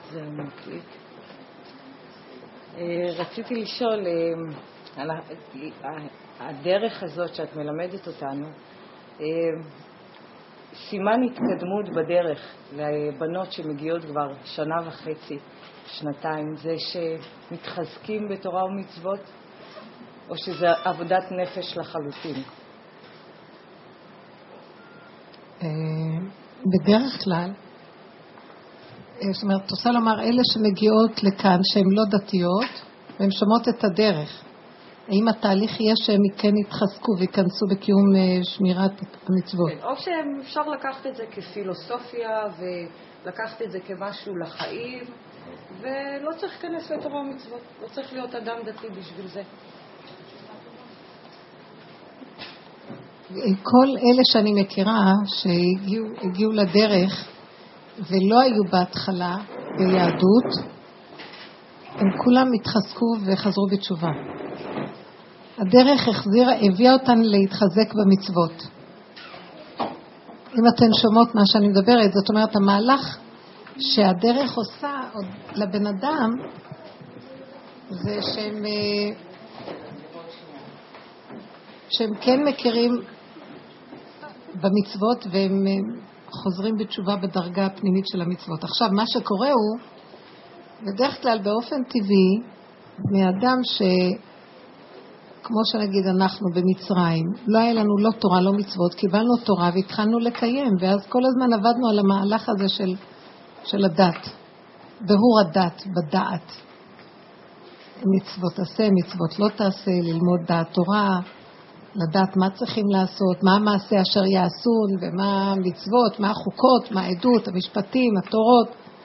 זה מקליט. רציתי לשאול על הדרך הזאת שאת מלמדת אותנו, סימן התקדמות בדרך לבנות שמגיעות כבר 1.5 שנה, 2 זה שמתחזקים בתורה ומצוות, או שזה עבודת נפש לחלוטין? בדרך כלל, זאת אומרת, רוצה לומר, אלה שמגיעות לכאן שהן לא דתיות, והן שומעות את הדרך. האם התהליך יהיה שהם כן יתחזקו ויכנסו בקיום שמירת המצוות? כן, או שאפשר לקחת את זה כפילוסופיה ולקחת את זה כמשהו לחיים, ולא צריך להיכנס לתורה ומצוות, לא צריך להיות אדם דתי בשביל זה. כל אלה שאני מכירה שהגיעו לדרך ולא היו בהתחלה ביהדות, הם כולם התחזקו וחזרו בתשובה. הדרך הביאה אותן להתחזק במצוות. אם אתן שומעות מה שאני מדברת, זאת אומרת, המהלך שהדרך עושה לבן אדם, זה שהם כן מכירים במצוות, והם חוזרים בתשובה בדרגה הפנימית של המצוות. עכשיו, מה שקורה הוא, בדרך כלל באופן טבעי, מאדם כמו שנגיד אנחנו במצרים, לא היה לנו לא תורה, לא מצוות, קיבלנו תורה והתחלנו לקיים, ואז כל הזמן עבדנו על המהלך הזה של הדת, ברור הדת, בדעת. מצוות תעשה, מצוות לא תעשה, ללמוד דעת תורה, לדעת מה צריכים לעשות, מה המעשה אשר יעשון, ומה המצוות, מה החוקות, מה העדות, המשפטים, התורות.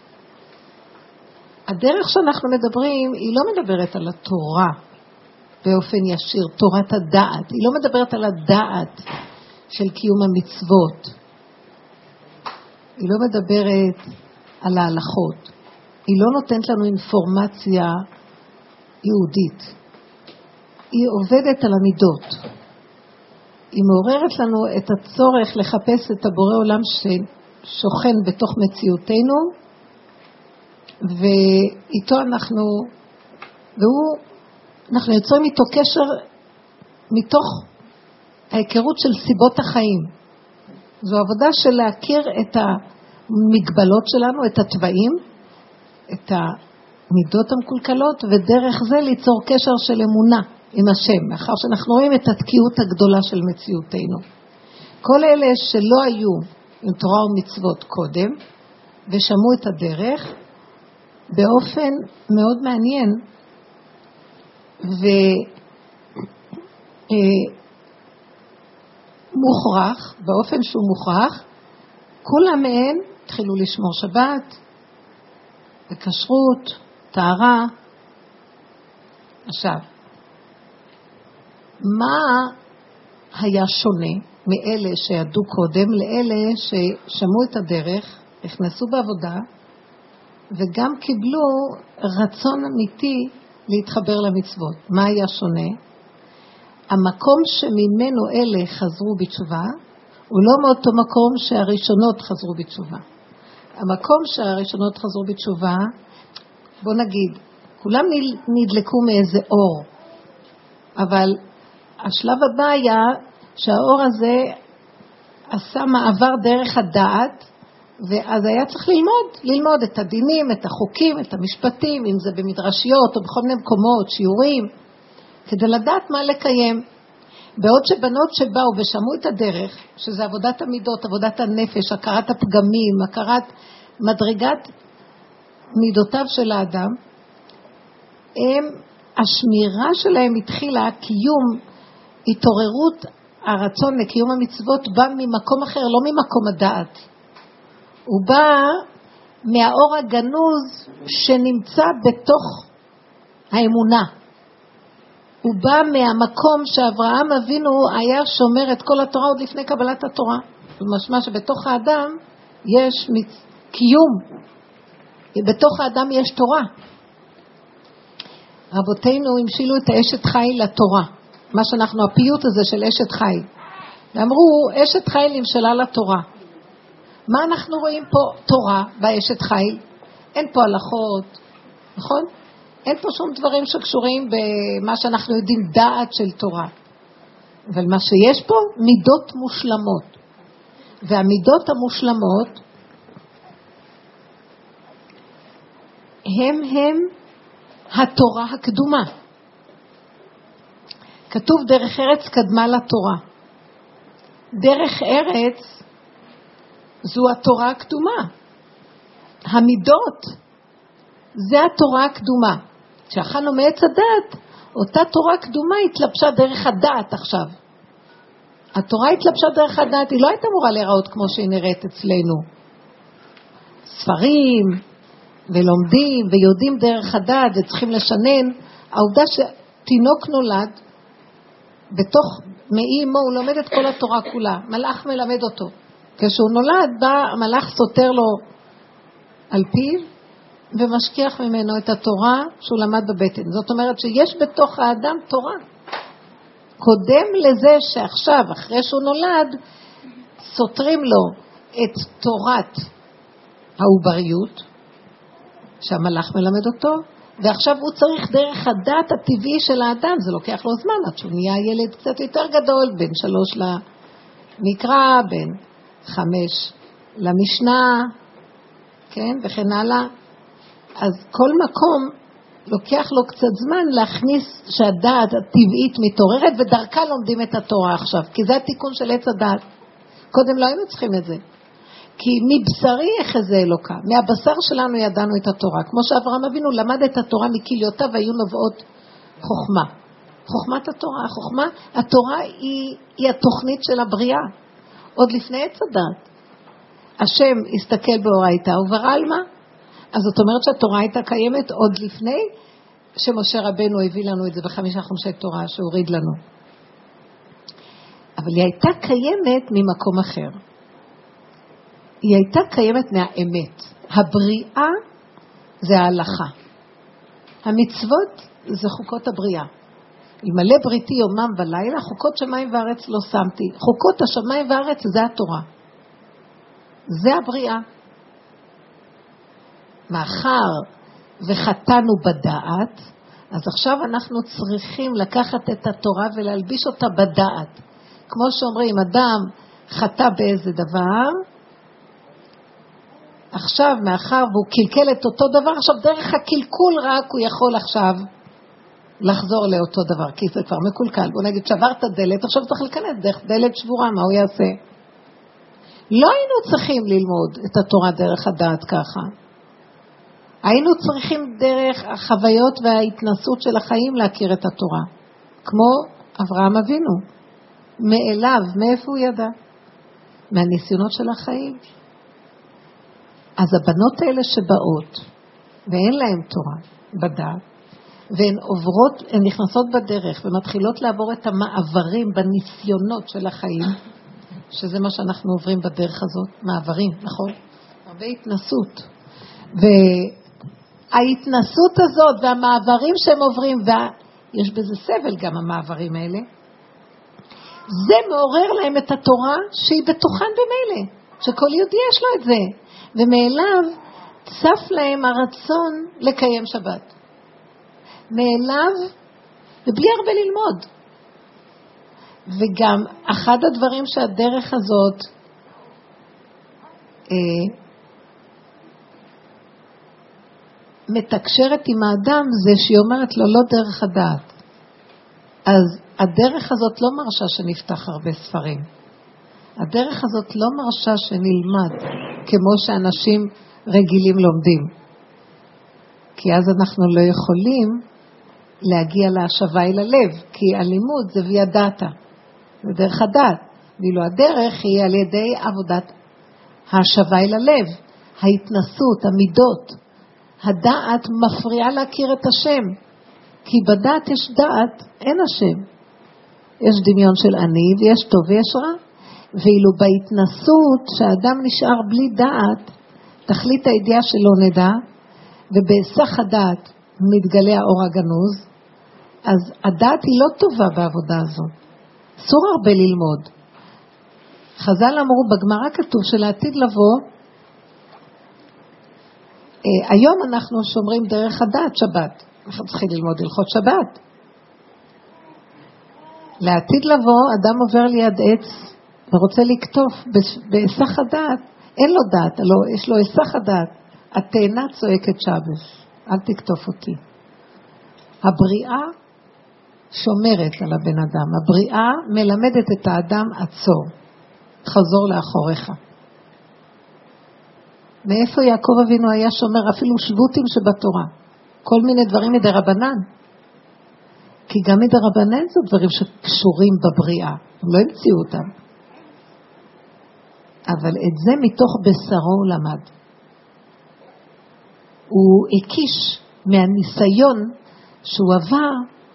הדרך שאנחנו מדברים, היא לא מדברת על התורה באופן ישיר, תורת הדעת. היא לא מדברת על הדעת של קיום המצוות. היא לא מדברת על ההלכות. היא לא נותנת לנו אינפורמציה יהודית. היא עובדת על המידות. היא מעוררת לנו את הצורך לחפש את הבורא עולם ששוכן בתוך מציאותנו, ואיתו אנחנו יוצרים איתו קשר מתוך ההיכרות של סיבות החיים. זו עבודה של להכיר את המגבלות שלנו, את הטבעים, את המידות המקולקלות, ודרך זה ליצור קשר של אמונה עם השם, מאחר שאנחנו רואים את התקיעות הגדולה של מציאותנו. כל אלה שלא היו עם תורה ומצוות קודם, ושמעו את הדרך, באופן מאוד מעניין, ומוכרח, באופן שהוא מוכרח, כולם מהם התחילו לשמור שבת, וכשרות, טהרה. עכשיו, מה היה שונה מאלה שידעו קודם לאלה ששמעו את הדרך, נכנסו בעבודה, וגם קיבלו רצון אמיתי להתחבר למצוות? מה היה שונה? המקום שממנו אלה חזרו בתשובה, הוא לא מאותו מקום שהראשונות חזרו בתשובה. המקום שהראשונות חזרו בתשובה, בוא נגיד, כולם נדלקו מאיזה אור, אבל השלב הבא היה שהאור הזה עשה מעבר דרך הדעת, ואז היה צריך ללמוד את הדינים, את החוקים, את המשפטים, אם זה במדרשיות או בכל מיני מקומות, שיעורים, כדי לדעת מה לקיים. בעוד שבנות שבאו ושמעו את הדרך, שזה עבודת המידות, עבודת הנפש, הכרת הפגמים, הכרת מדרגת מידותיו של האדם, השמירה שלהם התחילה קיום, התעוררות הרצון לקיום המצוות בא ממקום אחר, לא ממקום הדעת. הוא בא מהאור הגנוז שנמצא בתוך האמונה. הוא בא מהמקום שאברהם אבינו היה שומר את כל התורה עוד לפני קבלת התורה. משמע שבתוך האדם יש קיום. בתוך האדם יש תורה. רבותינו המשילו את האשת חי לתורה. מה שאנחנו, הפיוט הזה של אשת חי. ואמרו, אשת חי נמשלה לתורה. מה אנחנו רואים פה? תורה באשת חי. אין פה הלכות, נכון? אין פה שום דברים שקשורים במה שאנחנו יודעים דעת של תורה. אבל מה שיש פה, מידות מושלמות. והמידות המושלמות, הם התורה הקדומה. כתוב דרך ארץ קדמה לתורה. דרך ארץ זו התורה הקדומה. המידות זה התורה הקדומה. כשאכלנו מעץ הדעת, אותה תורה קדומה התלבשה דרך הדעת עכשיו. התורה התלבשה דרך הדעת, היא לא הייתה אמורה להיראות כמו שהיא נראית אצלנו. ספרים ולומדים ויודעים דרך הדעת וצריכים לשנן. העובדה שתינוק נולד בתוך מעי אמו, הוא לומד את כל התורה כולה. מלאך מלמד אותו. כשהוא נולד, בא המלאך סותר לו על פיו ומשכיח ממנו את התורה שהוא למד בבטן. זאת אומרת שיש בתוך האדם תורה. קודם לזה שעכשיו, אחרי שהוא נולד, סותרים לו את תורת העובריות, שהמלאך מלמד אותו, ועכשיו הוא צריך דרך הדעת הטבעי של האדם, זה לוקח לו זמן, עד שהוא נהיה ילד קצת יותר גדול, בין 3 למקרא, בין 5 למשנה, כן, וכן הלאה. אז כל מקום לוקח לו קצת זמן להכניס שהדעת הטבעית מתעוררת, ודרכה לומדים את התורה עכשיו, כי זה התיקון של עץ הדעת. קודם לא היינו צריכים את זה. כי מבשרי יחזה אלוקה, מהבשר שלנו ידענו את התורה. כמו שאברהם אבינו למד את התורה מכליותיו, היו נובעות חוכמה. חוכמת התורה, התורה היא התוכנית של הבריאה. עוד לפני עץ הדעת. השם הסתכל באורייתא וברא על מה? אז זאת אומרת שהתורה הייתה קיימת עוד לפני שמשה רבנו הביא לנו את זה ב5 חומשי תורה שהוריד לנו. אבל היא הייתה קיימת ממקום אחר. היא הייתה קיימת מהאמת. הבריאה זה ההלכה. המצוות זה חוקות הבריאה. אלמלא בריתי יומם ולילה, חוקות שמיים וארץ לא שמתי. חוקות השמיים וארץ זה התורה. זה הבריאה. מאחר וחטאנו בדעת, אז עכשיו אנחנו צריכים לקחת את התורה ולהלביש אותה בדעת. כמו שאומרים, אדם חטא באיזה דבר, עכשיו מאחר והוא קלקל את אותו דבר, עכשיו דרך הקלקול רק הוא יכול עכשיו לחזור לאותו דבר, כי זה כבר מקולקל. בוא נגיד, שברת דלת, עכשיו צריך להיכנס דרך דלת שבורה, מה הוא יעשה? לא היינו צריכים ללמוד את התורה דרך הדעת ככה. היינו צריכים דרך החוויות וההתנסות של החיים להכיר את התורה. כמו אברהם אבינו. מאליו, מאיפה הוא ידע? מהניסיונות של החיים. אז הבנות האלה שבאות, ואין להן תורה בדעת, והן עוברות, הן נכנסות בדרך, ומתחילות לעבור את המעברים בניסיונות של החיים, שזה מה שאנחנו עוברים בדרך הזאת, מעברים, נכון? הרבה התנסות. וההתנסות הזאת והמעברים שהם עוברים, ויש בזה סבל גם המעברים האלה, זה מעורר להם את התורה שהיא בתוכן במילא, שכל יהודי יש לו את זה. ומאליו צף להם הרצון לקיים שבת. מאליו, ובלי הרבה ללמוד. וגם אחד הדברים שהדרך הזאת מתקשרת עם האדם, זה שהיא אומרת לו לא דרך הדעת. אז הדרך הזאת לא מרשה שנפתח הרבה ספרים. הדרך הזאת לא מרשה שנלמד כמו שאנשים רגילים לומדים. כי אז אנחנו לא יכולים להגיע להשבה אל הלב, כי הלימוד זה ויה דעתה, זה דרך הדעת. ואילו הדרך היא על ידי עבודת ההשבה אל הלב, ההתנסות, המידות. הדעת מפריעה להכיר את השם, כי בדעת יש דעת, אין השם. יש דמיון של אני ויש טוב ויש רע. ואילו בהתנסות שהאדם נשאר בלי דעת, תכלית הידיעה שלא נדע, ובהיסח הדעת מתגלה האור הגנוז, אז הדעת היא לא טובה בעבודה הזאת. אסור הרבה ללמוד. חז"ל אמרו, בגמרא כתוב שלעתיד לבוא, היום אנחנו שומרים דרך הדת שבת. אנחנו צריכים ללמוד הלכות שבת. לעתיד לבוא, אדם עובר ליד עץ ורוצה לקטוף בהיסח הדעת. אין לו דעת, יש לו היסח הדעת. התאנה צועקת שבש, אל תקטוף אותי. הבריאה שומרת על הבן אדם. הבריאה מלמדת את האדם עצור. חזור לאחוריך. מאיפה יעקב אבינו היה שומר אפילו שבותים שבתורה? כל מיני דברים מדי רבנן. כי גם מדי רבנן זה דברים שקשורים בבריאה. הם לא המציאו אותם. אבל את זה מתוך בשרו הוא למד. הוא הקיש מהניסיון שהוא עבר.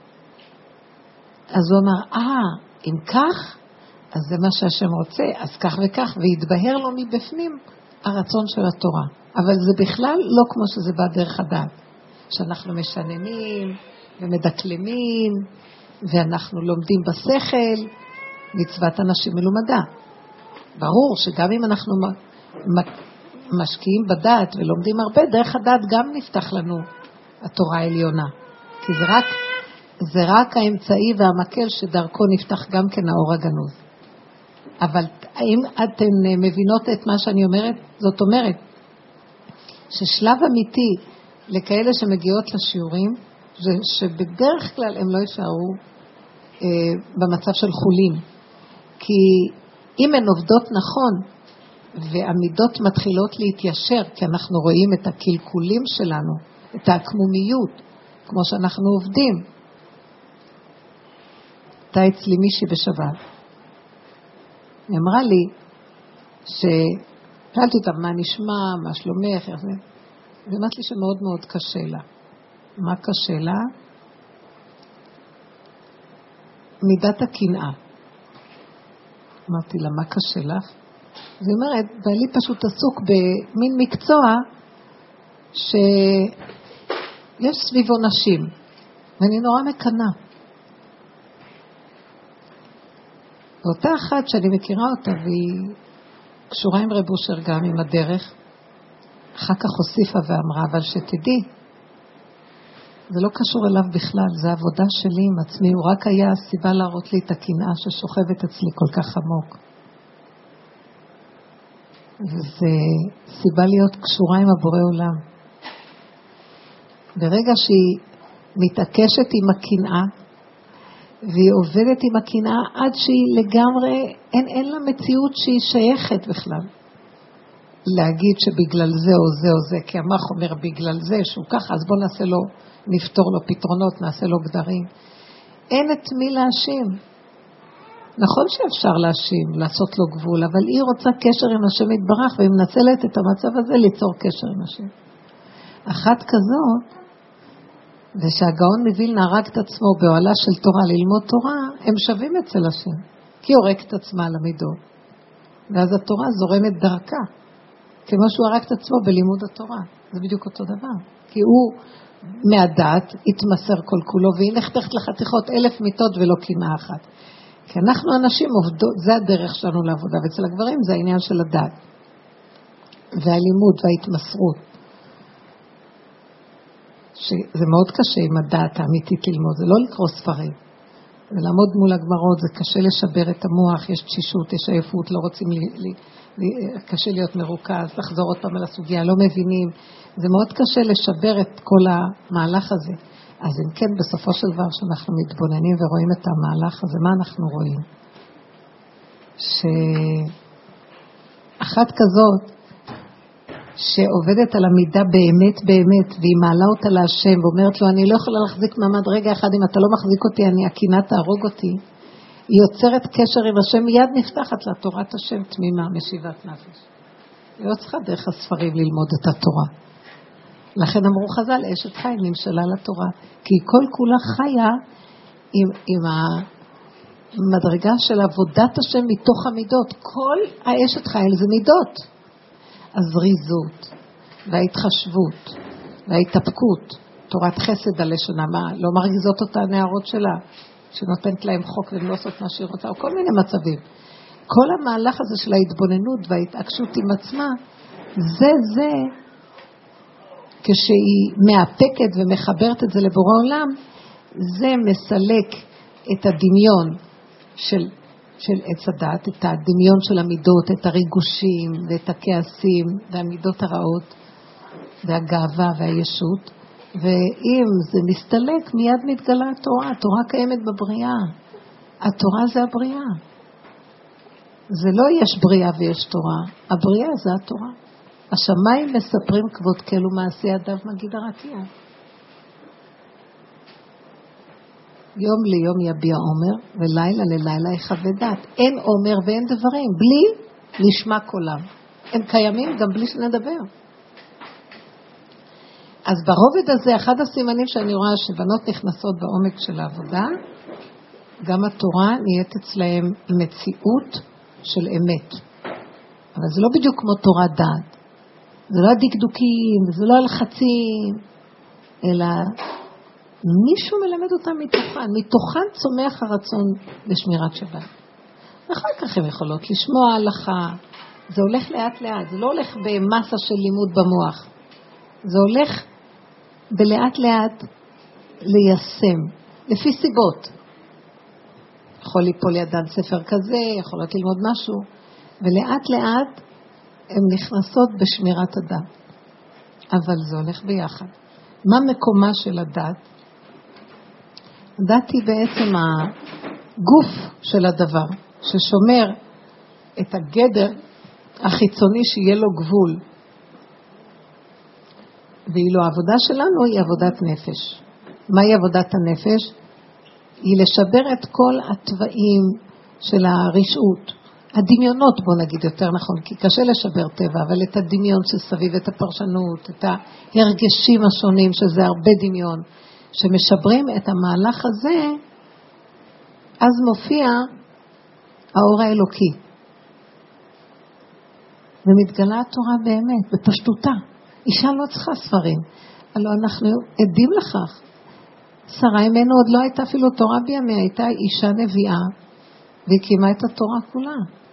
אז הוא אמר, אם כך, אז זה מה שהשם רוצה, אז כך וכך, והתבהר לו מבפנים הרצון של התורה. אבל זה בכלל לא כמו שזה בא דרך הדעת. שאנחנו משננים ומדקלמים, ואנחנו לומדים בשכל, מצוות אנשים מלומדה. ברור שגם אם אנחנו משקיעים בדעת ולומדים הרבה, דרך הדעת גם נפתח לנו התורה העליונה. כי זה רק האמצעי והמקל שדרכו נפתח גם כן האור הגנוז. אבל האם אתן מבינות את מה שאני אומרת? זאת אומרת, ששלב אמיתי לכאלה שמגיעות לשיעורים, זה שבדרך כלל הם לא יישארו במצב של חולים. כי אם הן עובדות נכון, והמידות מתחילות להתיישר, כי אנחנו רואים את הקלקולים שלנו, את העקמומיות, כמו שאנחנו עובדים. הייתה אצלי מישהי בשבת. היא אמרה לי, שאלתי אותה מה נשמע, מה שלומך, איך זה. ואמרת לי שמאוד מאוד קשה לה. מה קשה לה? מידת הקנאה. אמרתי לה, מה קשה לך? זאת אומרת, בעלי פשוט עסוק במין מקצוע שיש סביבו נשים, ואני נורא מקנה. ואותה אחת שאני מכירה אותה, והיא קשורה עם רב אושר גם עם הדרך, אחר כך הוסיפה ואמרה, אבל שתדעי, זה לא קשור אליו בכלל, זה עבודה שלי עם עצמי, הוא רק היה הסיבה להראות לי את הקנאה ששוכבת אצלי כל כך עמוק. וזה סיבה להיות קשורה עם הבורא עולם. ברגע שהיא מתעקשת עם הקנאה, והיא עובדת עם הקנאה עד שהיא לגמרי, אין לה מציאות שהיא שייכת בכלל. להגיד שבגלל זה או זה או זה, כי המח אומר בגלל זה שהוא ככה, אז בוא נעשה לו, נפתור לו פתרונות, נעשה לו גדרים. אין את מי להאשים. נכון שאפשר להאשים, לעשות לו גבול, אבל היא רוצה קשר עם השם יתברך, והיא מנצלת את המצב הזה ליצור קשר עם השם. אחת כזאת, ושהגאון מווילנה הרג את עצמו באוהלה של תורה ללמוד תורה, הם שווים אצל השם, כי הוא הורג את עצמה על המידות. ואז התורה זורמת דרכה, כמו שהוא הרג את עצמו בלימוד התורה. זה בדיוק אותו דבר. כי הוא מהדעת התמסר כל כולו, והיא נחתכת לחתיכות 1000 מיטות ולא קנאה אחת. כי אנחנו אנשים עובדות, זה הדרך שלנו לעבודה, ואצל הגברים זה העניין של הדעת. והלימוד וההתמסרות. שזה מאוד קשה עם הדעת האמיתית ללמוד, זה לא לקרוא ספרים. ולעמוד מול הגמרות זה קשה לשבר את המוח, יש תשישות, יש עייפות, לא רוצים קשה להיות מרוכז, לחזור עוד פעם על הסוגיה, לא מבינים. זה מאוד קשה לשבר את כל המהלך הזה. אז אם כן, בסופו של דבר שאנחנו מתבוננים ורואים את המהלך הזה, מה אנחנו רואים? שאחת כזאת שעובדת על המידה באמת באמת, והיא מעלה אותה להשם ואומרת לו, אני לא יכולה להחזיק מעמד רגע אחד, אם אתה לא מחזיק אותי, הקנאה תהרוג אותי. היא יוצרת קשר עם השם, מיד נפתחת לה תורת השם תמימה, משיבת נפש. היא לא צריכה דרך הספרים ללמוד את התורה. לכן אמרו חז"ל, אשת חיל נמשלה לתורה, כי היא כל כולה חיה עם המדרגה של עבודת השם מתוך המידות. כל האשת חיל זה מידות. הזריזות וההתחשבות וההתאפקות, תורת חסד הלשונה, לא מרגיזות אותה הנערות שלה, שנותנת להם חוק ולא עושות מה שהיא רוצה, או כל מיני מצבים. כל המהלך הזה של ההתבוננות וההתעקשות עם עצמה, זה כשהיא מאפקת ומחברת את זה לבורא עולם, זה מסלק את הדמיון של עץ הדת, את הדמיון של המידות, את הריגושים ואת הכעסים והמידות הרעות והגאווה והישות. ואם זה מסתלק, מיד מתגלה התורה. התורה קיימת בבריאה. התורה זה הבריאה. זה לא יש בריאה ויש תורה. הבריאה זה התורה. השמיים מספרים כבוד כל ומעשה ידיו מגיד הרקיע. יום ליום יביע עומר ולילה ללילה יחווה דעת. אין עומר ואין דברים, בלי נשמע קולם. הם קיימים גם בלי שנדבר. אז ברובד הזה, אחד הסימנים שאני רואה שבנות נכנסות בעומק של העבודה, גם התורה נהיית אצלהם מציאות של אמת. אבל זה לא בדיוק כמו תורת דעת. זה לא הדקדוקים, זה לא הלחצים, אלא מישהו מלמד אותם מתוכן. מתוכן צומח הרצון לשמירת שבת. ואחר כך הם יכולות לשמוע הלכה. זה הולך לאט לאט, זה לא הולך במסה של לימוד במוח. זה הולך בלאט לאט ליישם, לפי סיבות. יכול ליפול לידן ספר כזה, יכולות ללמוד משהו, ולאט לאט הן נכנסות בשמירת הדת. אבל זה הולך ביחד. מה מקומה של הדת? הדת היא בעצם הגוף של הדבר, ששומר את הגדר החיצוני שיהיה לו גבול. ואילו העבודה שלנו היא עבודת נפש. מהי עבודת הנפש? היא לשבר את כל הטבעים של הרשעות. הדמיונות, בוא נגיד יותר נכון, כי קשה לשבר טבע, אבל את הדמיון שסביב, את הפרשנות, את ההרגשים השונים, שזה הרבה דמיון, שמשברים את המהלך הזה, אז מופיע האור האלוקי. ומתגלה התורה באמת, בפשטותה. אישה לא צריכה ספרים, הלוא אנחנו עדים לכך. שרה אימנו עוד לא הייתה אפילו תורה בימיה, הייתה אישה נביאה, והקימה את התורה כולה.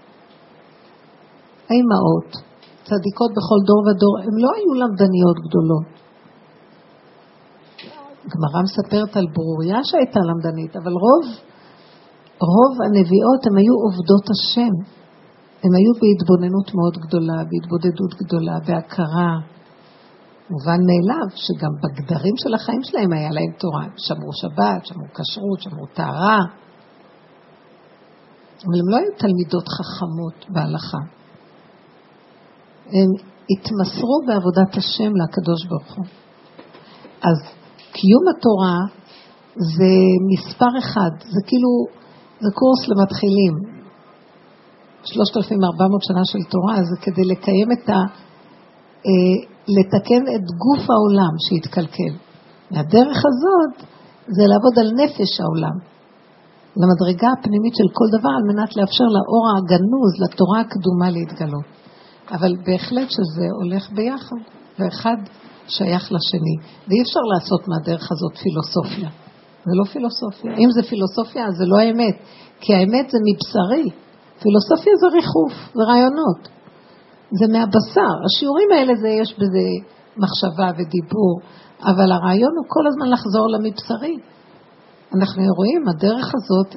האימהות, צדיקות בכל דור ודור, הן לא היו למדניות גדולות. גמרא מספרת על ברוריה שהייתה למדנית, אבל רוב הנביאות הן היו עובדות השם. הן היו בהתבוננות מאוד גדולה, בהתבודדות גדולה, בהכרה. מובן מאליו שגם בגדרים של החיים שלהם היה להם תורה. שמרו שבת, שמרו כשרות, שמרו טהרה. אבל הם לא היו תלמידות חכמות בהלכה. הם התמסרו בעבודת השם לקדוש ברוך הוא. אז קיום התורה זה מספר אחד. זה כאילו, זה קורס למתחילים. 3,400 שנה של תורה, זה כדי לקיים לתקן את גוף העולם שהתקלקל. והדרך הזאת זה לעבוד על נפש העולם. למדרגה הפנימית של כל דבר, על מנת לאפשר לאור הגנוז, לתורה הקדומה להתגלות. אבל בהחלט שזה הולך ביחד, ואחד שייך לשני. ואי אפשר לעשות מהדרך הזאת פילוסופיה. זה לא פילוסופיה. אם זה פילוסופיה, זה לא האמת. כי האמת זה מבשרי. פילוסופיה זה ריחוף, זה רעיונות. זה מהבשר. השיעורים האלה יש בזה מחשבה ודיבור, אבל הרעיון הוא כל הזמן לחזור למבשרי. אנחנו רואים, הדרך הזאת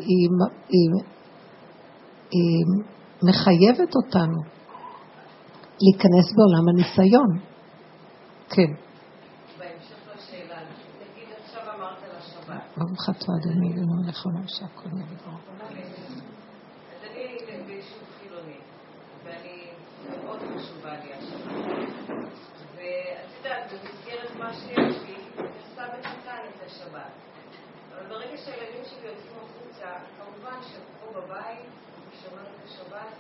היא מחייבת אותנו להיכנס בעולם הניסיון. כן. בהמשך לשאלה, תגיד, עכשיו אמרת על השבת. ברוך אתה אדוני אלוהינו מלך העולם שהכל נהיה בדברו. אז אני ביישוב חילוני, ואני מאוד חשובה לי השבת. ואת יודעת, במסגרת מה שיש לי, עושה בקטן את השבת. אבל ברגע שהילדים שלי יוצאים החוצה, כמובן שפה בבית, שומרים את השבת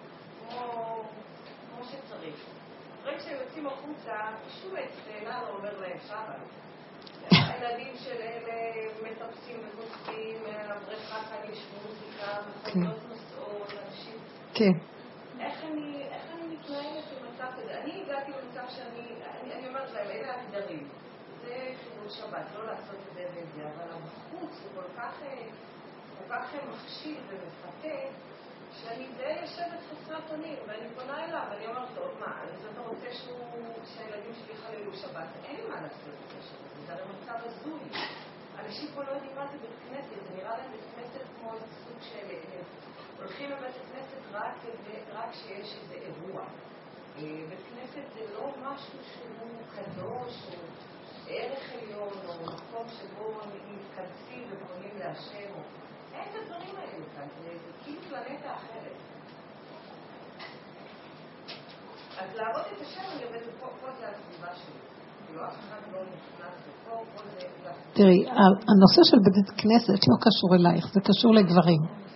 כמו שצריך. ברגע שהם יוצאים החוצה, שום אצלנה לא אומר להם שבת. הילדים של אלה מטפסים וקופצים, הבריכה כאן יש מוזיקה, מכוניות נוסעות, אנשים... כן. איך אני מתנהלת במצב כזה? אני הגעתי למצב אני אומרת להם, אלה הגדרים. זה חיבור שבת, לא לעשות את זה וזה, אבל בחוץ הוא כל כך מכשיל ומפתה, שאני די יושבת חסרת אונים, ואני פונה אליו, ואני אומרת לו, מה, אז אתה רוצה שהילדים שלי חללו שבת? אין לי לעשות את הקשר הזה. זה הרי מצב הזוי. אנשים פה לא יודעים מה זה בית כנסת, זה נראה להם בית כנסת כמו איזה סוג של... הולכים לבית הכנסת רק שיש איזה אירוע. בית כנסת זה לא משהו שהוא קדוש, או ערך עליון, או מקום שבו מתכנסים ופונים להשם, או... אין את הדברים האלה כאן, זה כאילו פלנטה אחרת. אז לעבוד את השם, אני עובדת פה זה הסביבה שלי. כאילו אף אחד לא נכנס לפה, פה זה... תראי, הנושא של בית כנסת לא קשור אלייך, זה קשור לגברים.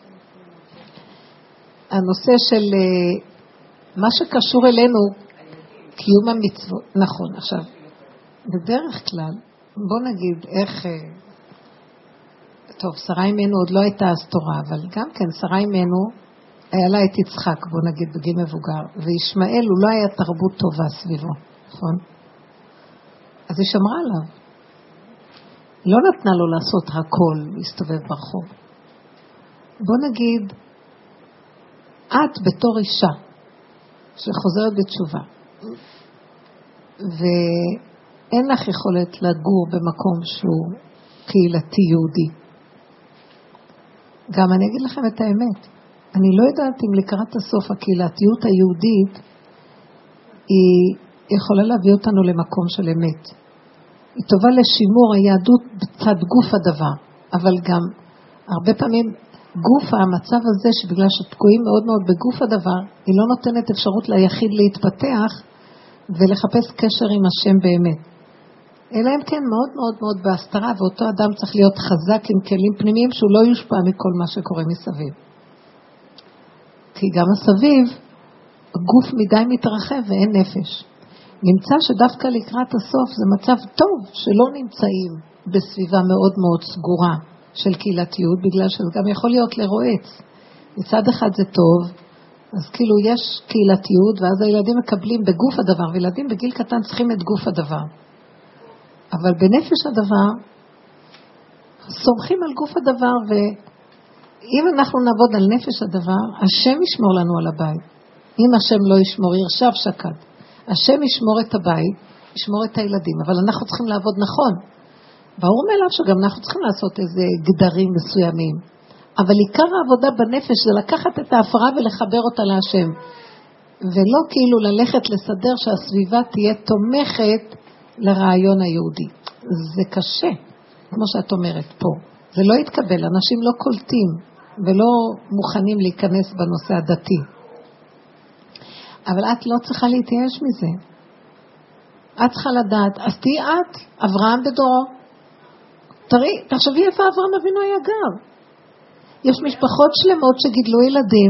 הנושא של מה שקשור אלינו, קיום המצוות. נכון, עכשיו, בדרך כלל, בוא נגיד איך... טוב, שרה אימנו עוד לא הייתה אז תורה, אבל גם כן, שרה אימנו, היה לה את יצחק, בוא נגיד, בגיל מבוגר, וישמעאל הוא לא היה תרבות טובה סביבו, נכון? אז היא שמרה עליו. לא נתנה לו לעשות הכל, להסתובב ברחוב. בוא נגיד, את בתור אישה, שחוזרת בתשובה, ואין לך יכולת לגור במקום שהוא קהילתי יהודי. גם אני אגיד לכם את האמת, אני לא יודעת אם לקראת הסוף הקהילתיות היהודית היא יכולה להביא אותנו למקום של אמת. היא טובה לשימור היהדות בצד גוף הדבר, אבל גם הרבה פעמים גוף המצב הזה שבגלל שתקועים מאוד מאוד בגוף הדבר, היא לא נותנת אפשרות ליחיד להתפתח ולחפש קשר עם השם באמת. אלא אם כן מאוד מאוד מאוד בהסתרה, ואותו אדם צריך להיות חזק עם כלים פנימיים שהוא לא יושפע מכל מה שקורה מסביב. כי גם הסביב, הגוף מדי מתרחב ואין נפש. נמצא שדווקא לקראת הסוף זה מצב טוב שלא נמצאים בסביבה מאוד מאוד סגורה של קהילתיות, בגלל שזה גם יכול להיות לרועץ. מצד אחד זה טוב, אז כאילו יש קהילתיות, ואז הילדים מקבלים בגוף הדבר, וילדים בגיל קטן צריכים את גוף הדבר. אבל בנפש הדבר, סומכים על גוף הדבר, ואם אנחנו נעבוד על נפש הדבר, השם ישמור לנו על הבית. אם השם לא ישמור, ירשב שקד. השם ישמור את הבית, ישמור את הילדים, אבל אנחנו צריכים לעבוד נכון. ברור מאליו שגם אנחנו צריכים לעשות איזה גדרים מסוימים. אבל עיקר העבודה בנפש זה לקחת את ההפרעה ולחבר אותה להשם. ולא כאילו ללכת לסדר שהסביבה תהיה תומכת לרעיון היהודי. זה קשה, כמו שאת אומרת פה. זה לא יתקבל, אנשים לא קולטים ולא מוכנים להיכנס בנושא הדתי. אבל את לא צריכה להתייאש מזה. את צריכה לדעת, אז תהי את, אברהם בדורו. תחשבי איפה אברהם אבינו היה גר. יש משפחות שלמות שגידלו ילדים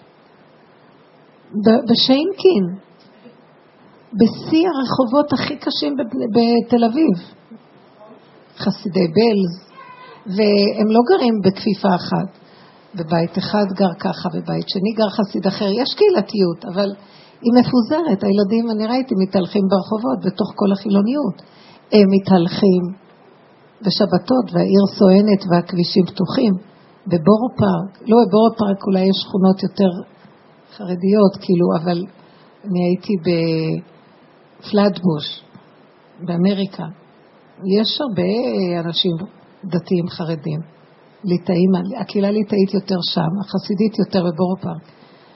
בשיינקין, בשיא הרחובות הכי קשים בתל אביב. חסידי בלז, והם לא גרים בכפיפה אחת. בבית אחד גר ככה, בבית שני גר חסיד אחר. יש קהילתיות, אבל היא מפוזרת. הילדים, אני ראיתי, מתהלכים ברחובות בתוך כל החילוניות. הם מתהלכים בשבתות, והעיר סואנת והכבישים פתוחים. בבורו פארק, לא בבורו פארק אולי יש שכונות יותר חרדיות, כאילו, אבל אני הייתי בפלטבוש, באמריקה. יש הרבה אנשים דתיים חרדים, ליטאים, הקהילה ליטאית יותר שם, החסידית יותר בבורו פארק.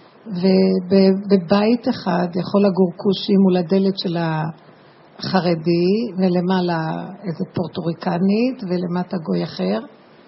ובבית אחד יכול לגור כושי מול הדלת של החרדי, ולמעלה איזה פורטוריקנית, ולמטה גוי אחר.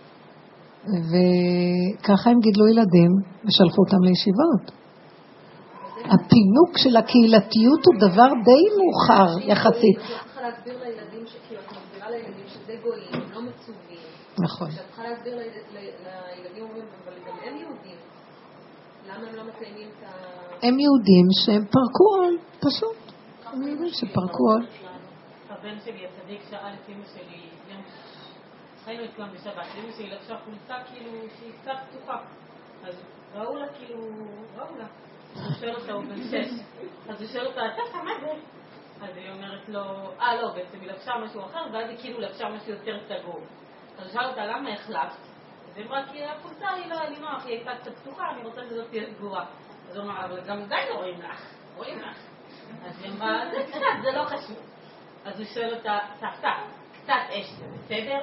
וככה הם גידלו ילדים ושלחו אותם לישיבות. הפינוק של הקהילתיות הוא דבר די מאוחר יחסית. את צריכה להסביר לילדים שכאילו, את מסבירה לילדים שזה גויים, הם לא מצווים. נכון. את צריכה להסביר לילדים אומרים, אבל גם הם יהודים. למה הם לא מקיימים את ה... הם יהודים שהם פרקו עול, פשוט. הם יהודים שפרקו עול. הבן שלי, הצדיק, שאל את אמא שלי, חיינו אצלם בשבת, אמא שלי לבשה חולצה כאילו שהיא קצת פתוחה. אז ראו לה כאילו, ראו לה. הוא שואל אותה, הוא בן 6. אז הוא שואל אותה, אתה מה זה? אז היא אומרת לו, לא, בעצם היא לבשה משהו אחר, ואז היא כאילו לבשה משהו יותר סגור. אז הוא שאל אותה, למה החלפת? אז היא אמרה, כי החולצה היא לא היה לי נוח, היא הייתה קצת פתוחה, אני רוצה שזאת תהיה סגורה. אז הוא אמר, אבל גם די לא רואים לך, רואים לך. אז היא אמרה, זה קצת, זה לא חשוב. אז הוא שואל אותה, קצת אש, זה בסדר?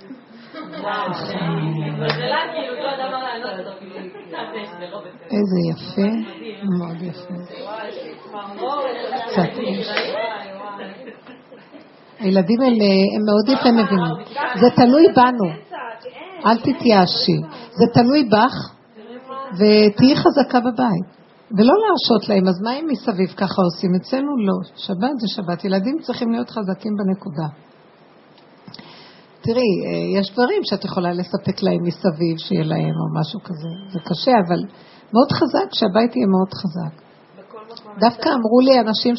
וזה כאילו לא יודע מה לענות לו, קצת אש, זה לא בסדר. איזה יפה, מאוד יפה. קצת אש. הילדים הם מאוד יפה מבינים. זה תלוי בנו. אל תתייאשי. זה תלוי בך, ותהי חזקה בבית. ולא להרשות להם. אז מה אם מסביב ככה עושים? אצלנו לא. שבת זה שבת. ילדים צריכים להיות חזקים בנקודה. תראי, יש דברים שאת יכולה לספק להם מסביב, שיהיה להם או משהו כזה. זה קשה, אבל מאוד חזק, שהבית יהיה מאוד חזק. דווקא אמרו לי אנשים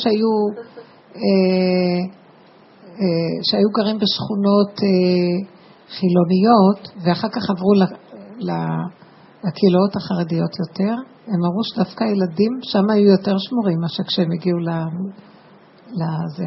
שהיו גרים בשכונות חילוניות, ואחר כך עברו לקהילות החרדיות יותר, הם אמרו שדווקא ילדים שם היו יותר שמורים, מה שכשהם הגיעו לזה.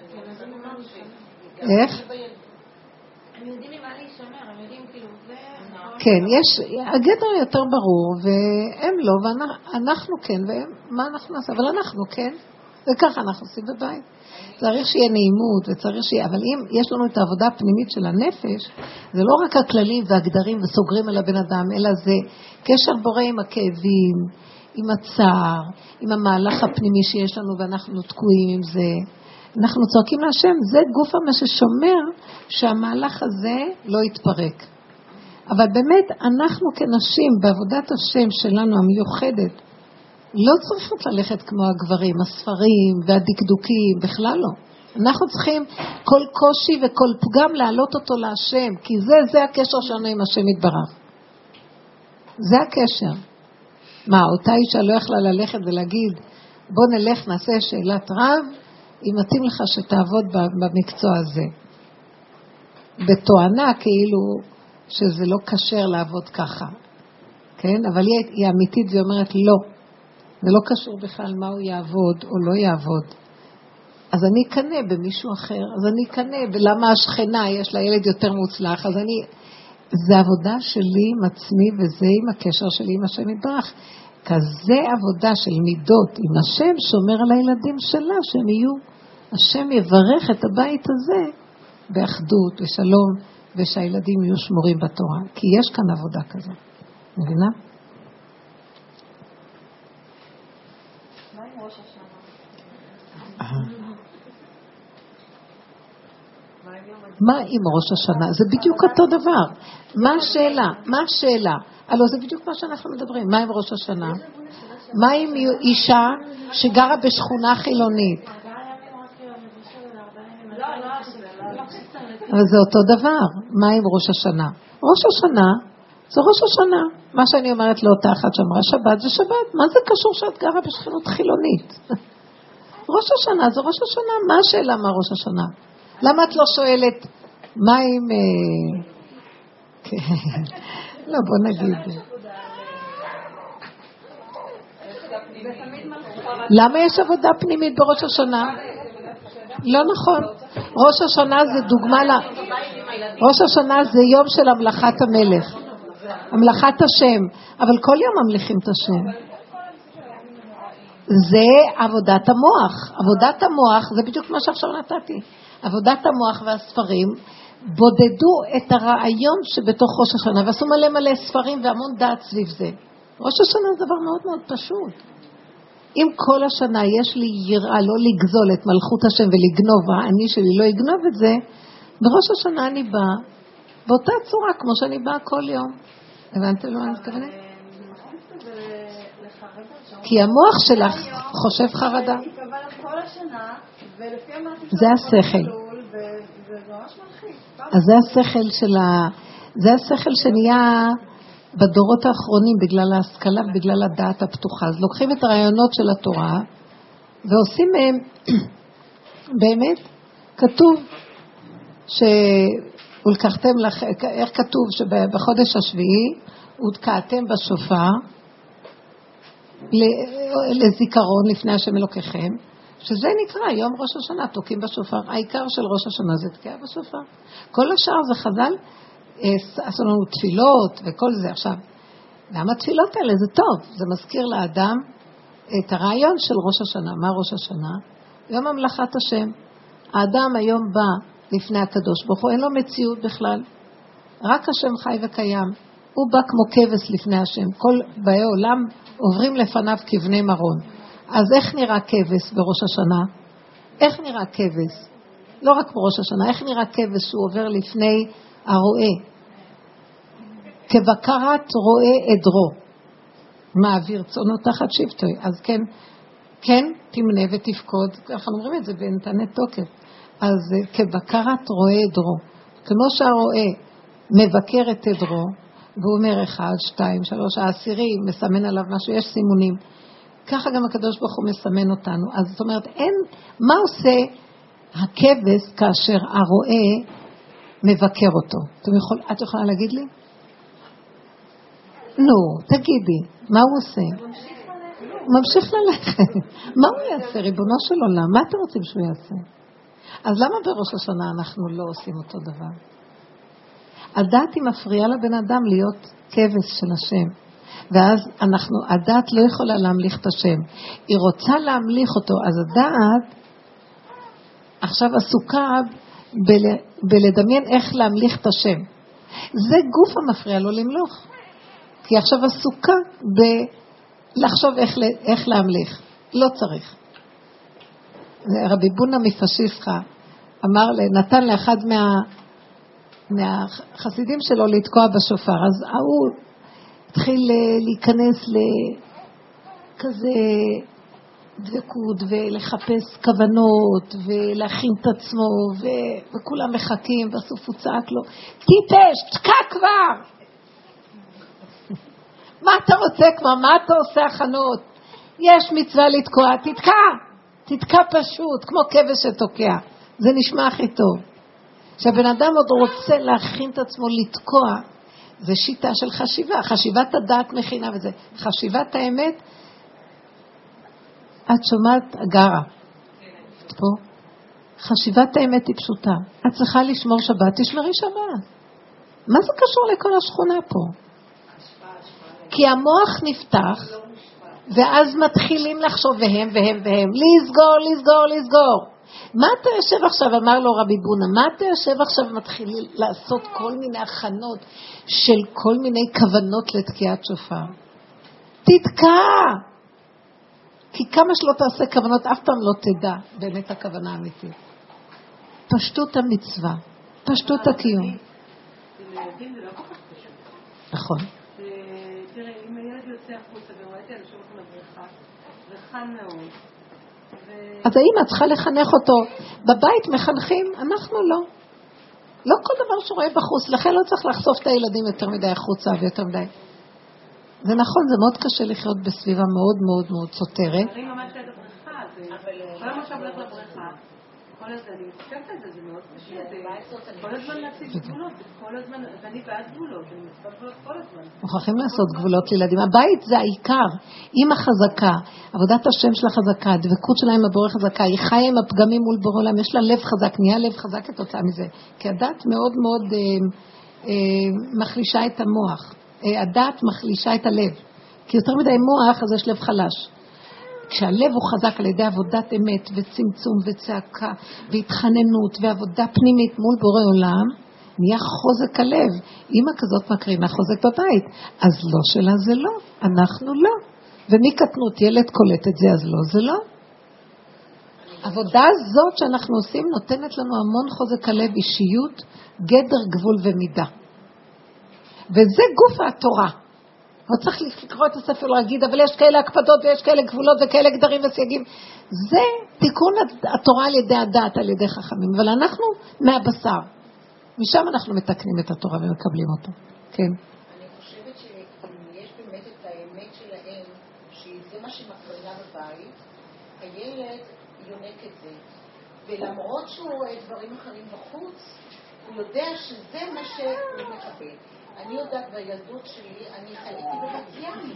איך? הם יודעים ממה להישמר, הם יודעים כאילו זה... כן, הגדר יותר ברור, והם לא, ואנחנו כן, ומה אנחנו נעשה? אבל אנחנו כן, וככה אנחנו עושים בבית. צריך שיהיה נעימות, וצריך שיהיה, אבל אם יש לנו את העבודה הפנימית של הנפש, זה לא רק הכללים והגדרים וסוגרים על הבן אדם, אלא זה קשר בורא עם הכאבים, עם הצער, עם המהלך הפנימי שיש לנו, ואנחנו תקועים עם זה. אנחנו צועקים להשם, זה גוף מה ששומר שהמהלך הזה לא יתפרק. אבל באמת, אנחנו כנשים בעבודת השם שלנו המיוחדת, לא צריכים ללכת כמו הגברים, הספרים והדקדוקים, בכלל לא. אנחנו צריכים כל קושי וכל פגם להעלות אותו להשם, כי זה הקשר שלנו עם השם יתברך. זה הקשר. מה, אותה אישה לא יכלה ללכת ולהגיד, בוא נלך נעשה שאלת רב, אם מתאים לך שתעבוד במקצוע הזה. בתואנה כאילו שזה לא קשר לעבוד ככה. כן? אבל היא אמיתית ואומרת לא. זה לא קשור בכלל מה הוא יעבוד או לא יעבוד. אז אני אקנה במישהו אחר, אז אני אקנה, ולמה השכנה יש לה ילד יותר מוצלח, אז זה עבודה שלי עם עצמי וזה עם הקשר שלי עם השם יתברך. כזה עבודה של מידות עם השם שומר על הילדים שלה, שהם יהיו, השם יברך את הבית הזה באחדות ושלום, ושהילדים יהיו שמורים בתורה, כי יש כאן עבודה כזו. מבינה? מה עם ראש השנה? זה בדיוק אותו דבר. מה השאלה? מה השאלה? הלוא זה בדיוק מה שאנחנו מדברים. מה עם ראש השנה? מה עם אישה שגרה בשכונה חילונית? אבל זה אותו דבר. מה עם ראש השנה? ראש השנה זה ראש השנה. מה שאני אומרת לאותה אחת שאמרה שבת זה שבת. מה זה קשור שאת גרה בשכנות חילונית? ראש השנה זה ראש השנה. מה השאלה מה ראש השנה? למה את לא שואלת מה עם... לא, בוא נגיד. למה יש עבודה פנימית בראש השנה? לא נכון. ראש השנה זה דוגמה ראש השנה זה יום של המלכת המלך. המלכת השם. אבל כל יום ממליכים את השם. זה עבודת המוח. עבודת המוח זה בדיוק מה שעכשיו נתתי. עבודת המוח והספרים בודדו את הרעיון שבתוך ראש השנה, ועשו מלא מלא ספרים והמון דעת סביב זה. ראש השנה זה דבר מאוד מאוד פשוט. אם כל השנה יש לי יראה לא לגזול את מלכות השם ולגנוב, אני שלי לא יגנוב את זה, בראש השנה אני באה באותה צורה כמו שאני באה כל יום. הבנתם לו מה אני מתכוונת? כי המוח שלך חושב חרדה. זה השכל. אז זה השכל שנהיה בדורות האחרונים בגלל ההשכלה ובגלל הדעת הפתוחה. אז לוקחים את הרעיונות של התורה ועושים מהם, באמת, כתוב ולקחתם לך, איך כתוב שבחודש השביעי הותקעתם בשופר לזיכרון לפני השם אלוקיכם, שזה נקרא יום ראש השנה, תוקים בשופר. העיקר של ראש השנה זה תקיעה בשופר. כל השאר זה חז"ל, עשו לנו תפילות וכל זה. עכשיו, למה התפילות האלה? זה טוב, זה מזכיר לאדם את הרעיון של ראש השנה. מה ראש השנה? יום המלאכת השם. האדם היום בא לפני הקדוש ברוך הוא, אין לו מציאות בכלל. רק השם חי וקיים. הוא בא כמו כבש לפני השם. כל באי עולם עוברים לפניו כבני מרון. אז איך נראה כבש בראש השנה? איך נראה כבש? לא רק בראש השנה, איך נראה כבש שהוא עובר לפני הרועה? כבקרת רועה עדרו. מעביר צונו תחת שבטוי. אז כן, תמנה ותפקוד. אנחנו אומרים את זה בנתני תוקף. אז כבקרת רועה עדרו. כמו שהרועה מבקר את עדרו, והוא אומר 1, 2, 3, העשירי מסמן עליו משהו, יש סימונים. ככה גם הקדוש ברוך הוא מסמן אותנו. אז זאת אומרת, מה עושה הכבש כאשר הרועה מבקר אותו? את יכולה להגיד לי? נו, תגידי, מה הוא עושה? הוא ממשיך ללכת. מה הוא יעשה, ריבונו של עולם? מה אתם רוצים שהוא יעשה? אז למה בראש השנה אנחנו לא עושים אותו דבר? הדת היא מפריעה לבן אדם להיות כבש של השם. ואז הדת לא יכולה להמליך את השם. היא רוצה להמליך אותו. אז הדת עכשיו עסוקה בלדמיין איך להמליך את השם. זה גוף המפריע לו למלוך. כי עכשיו עסוקה בלחשוב איך להמליך. לא צריך. רבי בונה מפשיסחה נתן לאחד מהחסידים שלו לתקוע בשופר. אז הוא התחיל להיכנס לכזה דבקות ולחפש כוונות ולהכין את עצמו וכולם מחכים בסוף הוא צעק לו, טיפש, תקע כבר! מה אתה רוצה כבר? מה אתה עושה הכנות? יש מצווה לתקוע, תתקע פשוט, כמו כבש שתוקע. זה נשמע הכי טוב. שהבן אדם עוד רוצה להכין את עצמו לתקוע, זה שיטה של חשיבה. חשיבת הדעת מכינה וזה. חשיבת האמת, את שומעת אגרה. את פה? חשיבת האמת היא פשוטה. את צריכה לשמור שבת, תשמרי שבת. מה זה קשור לכל השכונה פה? כי המוח נפתח, ואז מתחילים לחשוב והם. לסגור. מה אתה יושב עכשיו, אמר לו רבי בונה, מה אתה יושב עכשיו ומתחיל לעשות כל מיני הכנות של כל מיני כוונות לתקיעת שופר? תתקע! כי כמה שלא תעשה כוונות, אף פעם לא תדע באמת הכוונה האמיתית. פשטות המצווה, פשטות הקיום. לילדים זה לא כל כך פשוט. נכון. תראה, אם הילד יוצא החוצה ורואה את אנשים הולכים לבריכה, זה חם מאוד. אז האמא צריכה לחנך אותו. בבית מחנכים, אנחנו לא. לא כל דבר שרואה בחוץ, לכן לא צריך לחשוף את הילדים יותר מדי החוצה ויותר מדי. זה נכון, זה מאוד קשה לחיות בסביבה מאוד מאוד מאוד סותרת. אני ממש ליד הבריכה, כל המשאב הולך לבריכה. כל הזמן, אני חושבת על זה, זה מאוד קשה. כל הזמן להציג גבולות, כל הזמן, ואני בעד גבולות, אני מצפה גבולות כל הזמן. מוכרחים לעשות גבולות לילדים. הבית זה העיקר. אמא חזקה, עבודת השם שלה חזקה, הדבקות שלה עם הבורא חזקה, היא חיה עם הפגמים מול בורא עולם, יש לה לב חזק, נהיה לב חזק כתוצאה מזה. כי הדת מאוד מאוד מחלישה את המוח. הדת מחלישה את הלב. כי יותר מדי מוח, אז יש לב חלש. כשהלב הוא חזק על ידי עבודת אמת וצמצום וצעקה והתחננות ועבודה פנימית מול בורא עולם, נהיה חוזק הלב. אמא כזאת מקרינה חוזק בבית. אז לא שלה זה לא, אנחנו לא. ומקטנות ילד קולט את זה, אז לא זה לא. העבודה הזאת שאנחנו עושים נותנת לנו המון חוזק הלב, אישיות, גדר, גבול ומידה. וזה גוף התורה. לא צריך לקרוא את הספר ולהגיד, אבל יש כאלה הקפדות ויש כאלה גבולות וכאלה גדרים וסייגים. זה תיקון התורה על ידי הדת, על ידי חכמים. אבל אנחנו מהבשר. משם אנחנו מתקנים את התורה ומקבלים אותה. כן. אני חושבת שאם יש באמת את האמת שלהם, שזה מה שמקרינה בבית, הילד יונק את זה. ולמרות שהוא רואה דברים אחרים בחוץ, הוא יודע שזה מה שהוא מקבל. אני יודעת בילדות שלי, אני חייתי בבת ים.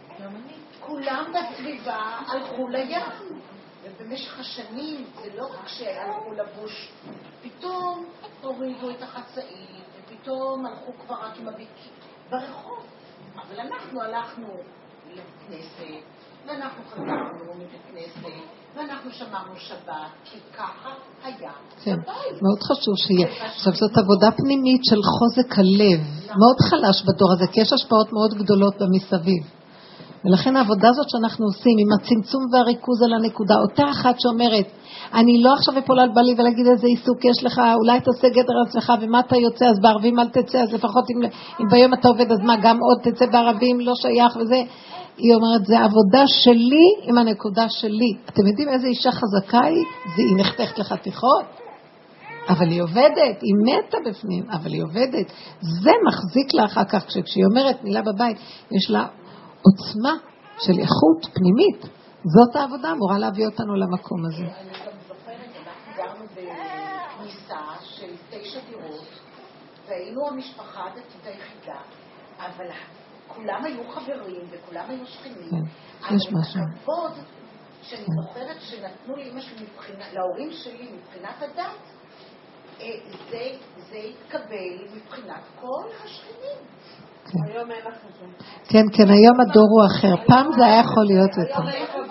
כולם בסביבה הלכו לים. ובמשך השנים, זה לא רק שהלכו לבוש, פתאום הורידו את החצאית, ופתאום הלכו כבר רק עם הביקים ברחוב. אבל אנחנו הלכנו לכנסת, ואנחנו חזרנו מבית כנסת, ואנחנו שמרנו שבת, כי ככה היה. כן, מאוד חשוב שיהיה. עכשיו זאת עבודה פנימית של חוזק הלב, מאוד חלש בדור הזה, כי יש השפעות מאוד גדולות במסביב. ולכן העבודה הזאת שאנחנו עושים עם הצמצום והריכוז על הנקודה, אותה אחת שאומרת, אני לא עכשיו אפול על בלי ולהגיד איזה עיסוק יש לך, אולי תעשה גדר עצמך ומה אתה יוצא, אז בערבים אל תצא, אז לפחות אם ביום אתה עובד, אז מה גם עוד תצא בערבים, לא שייך וזה. היא אומרת, זה עבודה שלי עם הנקודה שלי. אתם יודעים איזה אישה חזקה היא? היא נחתכת לחתיכות, אבל היא עובדת, היא מתה בפנים, אבל היא עובדת. זה מחזיק לה אחר כך, כשהיא אומרת מילה בבית, יש לה עוצמה של איכות פנימית. זאת העבודה, אמורה להביא אותנו למקום הזה. אני גם זוכרת, אנחנו גרנו בכניסה של 9 דירות, והיינו המשפחה הדתית היחידה, אבל כולם היו חברים וכולם היו שכנים. יש משהו. אבל הכבוד שאני זוכרת שנתנו לאמא שלי להורים שלי מבחינת הדת, זה התקבל מבחינת כל השכנים. היום אין לך את זה. כן, כן, היום הדור הוא אחר. פעם זה היה יכול להיות יותר.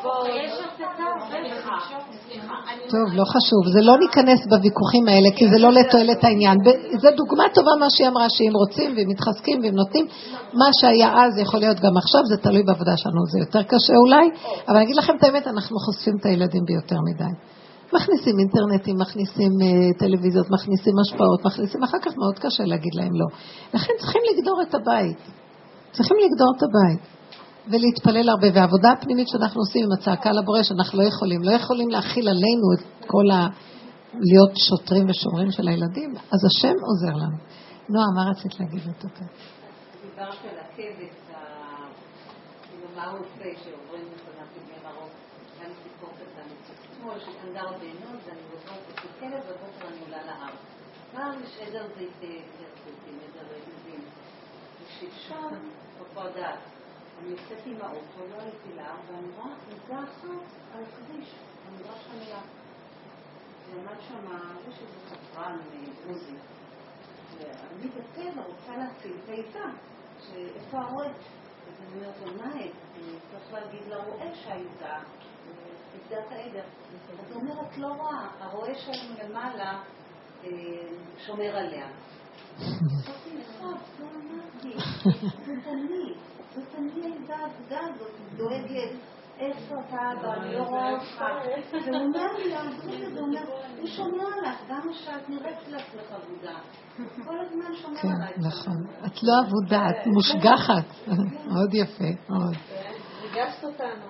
טוב, לא חשוב. זה לא ניכנס בוויכוחים האלה, כי זה לא לתועלת העניין. זה דוגמה טובה מה שהיא אמרה, שאם רוצים והם מתחזקים והם נותנים, מה שהיה אז יכול להיות גם עכשיו, זה תלוי בעבודה שלנו. זה יותר קשה אולי, אבל אני אגיד לכם את האמת, אנחנו חושפים את הילדים ביותר מדי. מכניסים אינטרנטים, מכניסים טלוויזיות, מכניסים השפעות, מכניסים, אחר כך מאוד קשה להגיד להם לא. לכן צריכים לגדור את הבית. צריכים לגדור את הבית. ולהתפלל הרבה. והעבודה הפנימית שאנחנו עושים עם הצעקה לבורא, שאנחנו לא יכולים להכיל עלינו את כל להיות שוטרים ושומרים של הילדים, אז השם עוזר לנו. נועה, מה רצית להגיד אותו כאן? דיברת על הכבש, מה הוא עושה שעוברים לפניו בני מרוק, גם סיפור קטן. אתמול שכאן גר בעינות, ואני עוברת את הכלב, ובוקר אני עולה להר. פעם יש עדר זיתים, עדר זיתים. ושלשום, פה דעת, אני יוצאת עם האוטו, לא הייתי להר, ואני רואה נקודה אחת על הכביש, המדרש חניה. ועמד שם, יש איזה חפרן דרוזי. ואני בטבע רוצה להציל את העיתה, שאיפה הרועה? אז אני אומרת לו, מה את? אני צריך להגיד לרועה שהייתה, תפדת העדר. אז הוא אומרת, לא רואה, הרועה שלנו למעלה שומר עליה. חשבתי נכון, לא אמרתי, זאת אני העדה העבודה הזאת, דואגת, איפה אתה, אני לא רואה אותך. והוא אומר לי, הוא אומר, הוא שומר עליך, גם שאת נראית לך עבודה. כל הזמן שומר עליך. כן, נכון. את לא עבודה, את מושגחת. מאוד יפה, מאוד. ריגשת אותנו.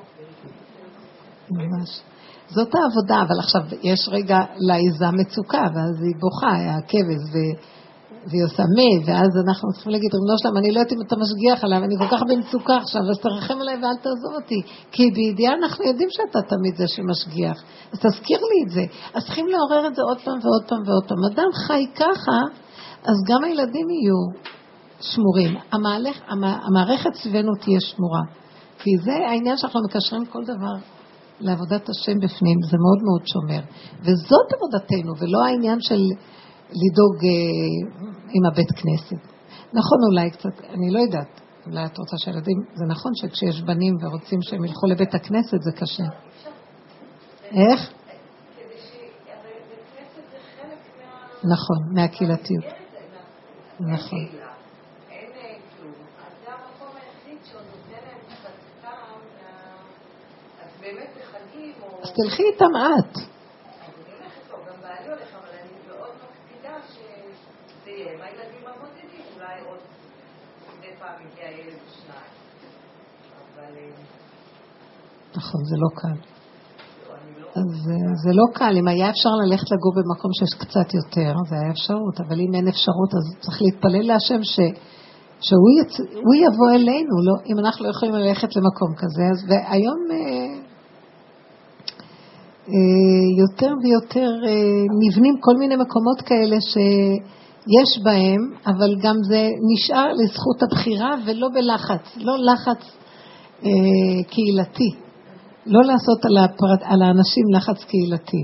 ממש. זאת העבודה, אבל עכשיו יש רגע לעיזה מצוקה, ואז היא בוכה, הכבש, והיא עושה ואז אנחנו צריכים להגיד, ריבונו שלם, אני לא יודעת אם אתה משגיח עליו, אני כל כך במצוקה עכשיו, אז תרחם עליי ואל תעזוב אותי, כי בידיעה אנחנו יודעים שאתה תמיד זה שמשגיח, אז תזכיר לי את זה. אז צריכים לעורר את זה עוד פעם ועוד פעם ועוד פעם. אדם חי ככה, אז גם הילדים יהיו שמורים. המערכת סביבנו תהיה שמורה, כי זה העניין שאנחנו מקשרים כל דבר לעבודת השם בפנים, זה מאוד מאוד שומר, וזאת עבודתנו, ולא העניין של לדאוג עם הבית כנסת. נכון, אולי קצת, אני לא יודעת, אולי את רוצה שהילדים, זה נכון שכשיש בנים ורוצים שהם ילכו לבית הכנסת זה קשה. איך? נכון, מהקהילתיות. נכון. אז תלכי איתם את. נכון, זה לא קל. אז זה לא קל. אם היה אפשר ללכת לגור במקום שיש קצת יותר, זה היה אפשרות. אבל אם אין אפשרות, אז צריך להתפלל להשם שהוא יבוא אלינו. לא, אם אנחנו לא יכולים ללכת למקום כזה. אז והיום יותר ויותר נבנים כל מיני מקומות כאלה שיש בהם, אבל גם זה נשאר לזכות הבחירה ולא בלחץ. לא לחץ קהילתי. לא לעשות על האנשים לחץ קהילתי.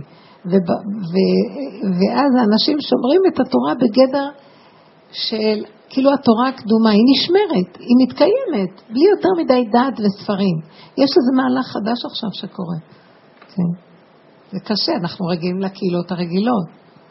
ואז האנשים שומרים את התורה בגדר של, כאילו התורה הקדומה, היא נשמרת, היא מתקיימת, בלי יותר מדי דעת וספרים. יש איזה מהלך חדש עכשיו שקורה. כן. זה קשה, אנחנו רגילים לקהילות הרגילות.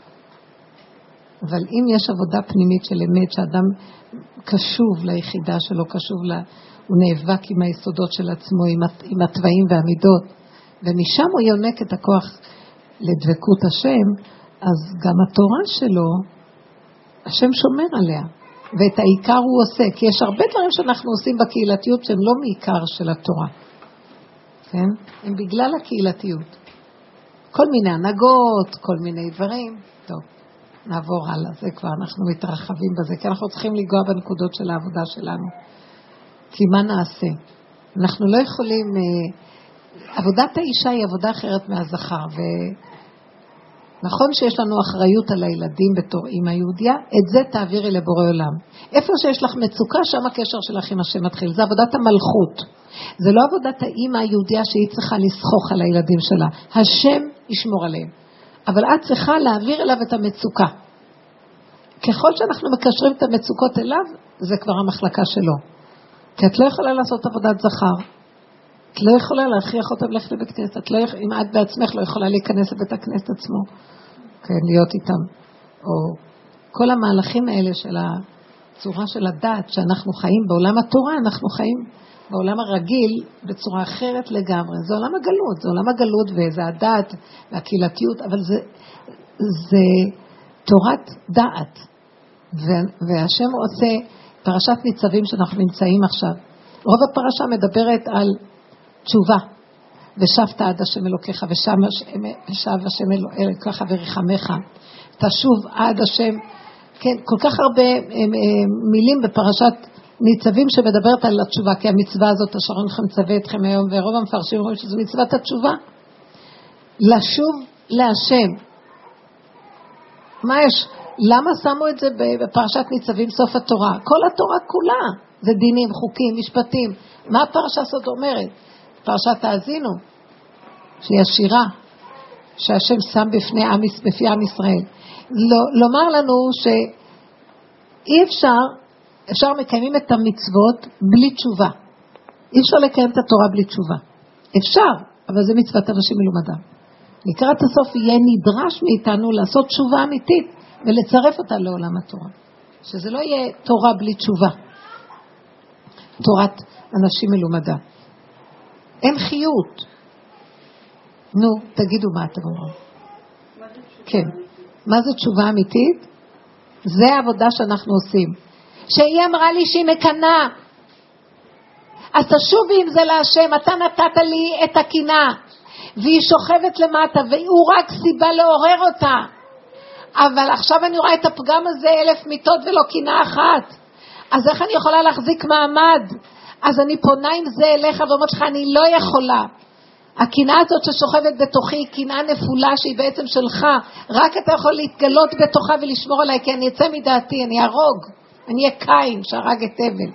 אבל אם יש עבודה פנימית של אמת, שאדם קשוב ליחידה שלו, קשוב הוא נאבק עם היסודות של עצמו, עם הטבעים והמידות, ומשם הוא יונק את הכוח לדבקות השם, אז גם התורה שלו, השם שומר עליה, ואת העיקר הוא עושה, כי יש הרבה דברים שאנחנו עושים בקהילתיות שהם לא מעיקר של התורה, כן? הם בגלל הקהילתיות. כל מיני הנהגות, כל מיני דברים. טוב, נעבור הלאה, זה כבר אנחנו מתרחבים בזה, כי אנחנו צריכים לגוע בנקודות של העבודה שלנו. כי מה נעשה? אנחנו לא יכולים, עבודת האישה היא עבודה אחרת מהזכר, ונכון שיש לנו אחריות על הילדים בתור אמא יהודיה, את זה תעבירי לבורא עולם. איפה שיש לך מצוקה, שם הקשר שלך עם השם מתחיל, זה עבודת המלכות. זה לא עבודת האמא היהודיה שהיא צריכה לסחוך על הילדים שלה, השם ישמור עליהם. אבל את צריכה להעביר אליו את המצוקה. ככל שאנחנו מקשרים את המצוקות אליו, זה כבר המחלקה שלו. כי את לא יכולה לעשות עבודת זכר. את לא יכולה להכריח אותם ללכת לבית כנסת. אם את בעצמך לא יכולה להיכנס לבית הכנסת עצמו. כן, להיות איתם. או כל המהלכים האלה של הצורה של הדת שאנחנו חיים בעולם התורה, אנחנו חיים בעולם הרגיל בצורה אחרת לגמרי. זה עולם הגלות, זה עולם הגלות וזה הדת והקהילתיות, אבל זה תורת דעת. והשם רוצה, פרשת ניצבים שאנחנו נמצאים עכשיו, רוב הפרשה מדברת על תשובה, ושבת עד השם אלוקיך, ושב השם אלוקיך וריחמך, תשוב עד השם, כן, כל כך הרבה מילים בפרשת ניצבים שמדברת על התשובה, כי המצווה הזאת אשר אנכם מצווה אתכם היום, ורוב המפרשים אומרים שזו מצוות התשובה, לשוב להשם. מה יש? למה שמו את זה בפרשת ניצבים סוף התורה? כל התורה כולה זה דינים, חוקים, משפטים. מה הפרשה הזאת אומרת? פרשת תאזינו, שהיא השירה שהשם שם בפי עם ישראל. לומר לנו שאי אפשר מקיימים את המצוות בלי תשובה. אי אפשר לקיים את התורה בלי תשובה. אפשר, אבל זה מצוות אנשים מלומדם. לקראת הסוף יהיה נדרש מאיתנו לעשות תשובה אמיתית ולצרף אותה לעולם התורה. שזה לא יהיה תורה בלי תשובה. תורת אנשים מלומדה. אין חיות. נו, תגידו מה אתם אומרים. כן. מה זה תשובה אמיתית? זה העבודה שאנחנו עושים. שהיא אמרה לי שהיא מקנה. אז תשובי עם זה להשם. אתה נתת לי את הקינה. והיא שוכבת למטה, והוא רק סיבה לעורר אותה. אבל עכשיו אני רואה את הפגם הזה 1,000 מיטות ולא קינה אחת. אז איך אני יכולה להחזיק מעמד? אז אני פונה עם זה אליך ואומרת לך, אני לא יכולה. הקינה הזאת ששוכבת בתוכי היא קינה נפולה שהיא בעצם שלך. רק אתה יכול להתגלות בתוכה ולשמור עליי, כי אני אצא מדעתי, אני ארוג. אני אהיה קין שהרג את הבל.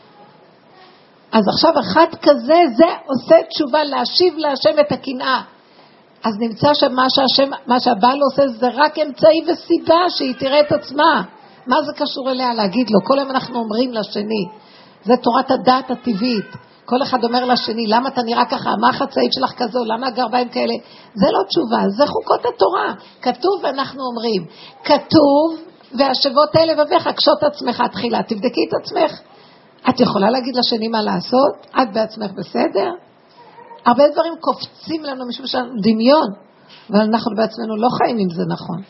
אז עכשיו אחד כזה, זה עושה תשובה להשיב להשם את הקנאה. אז נמצא מה שהבעל עושה זה רק אמצעי וסיבה שהיא תראה את עצמה. מה זה קשור אליה להגיד לו? כל יום אנחנו אומרים לשני, זה תורת הדעת הטבעית. כל אחד אומר לשני, למה אתה נראה ככה? מה החצאית שלך כזו? למה הגרביים כאלה? זה לא תשובה, זה חוקות התורה. כתוב ואנחנו אומרים, כתוב והשבות האלה לבביך, קשות עצמך תחילה, תבדקי את עצמך. את יכולה להגיד לשני מה לעשות? את בעצמך בסדר? הרבה דברים קופצים לנו משום שאנחנו דמיון, אבל אנחנו בעצמנו לא חיים אם זה נכון.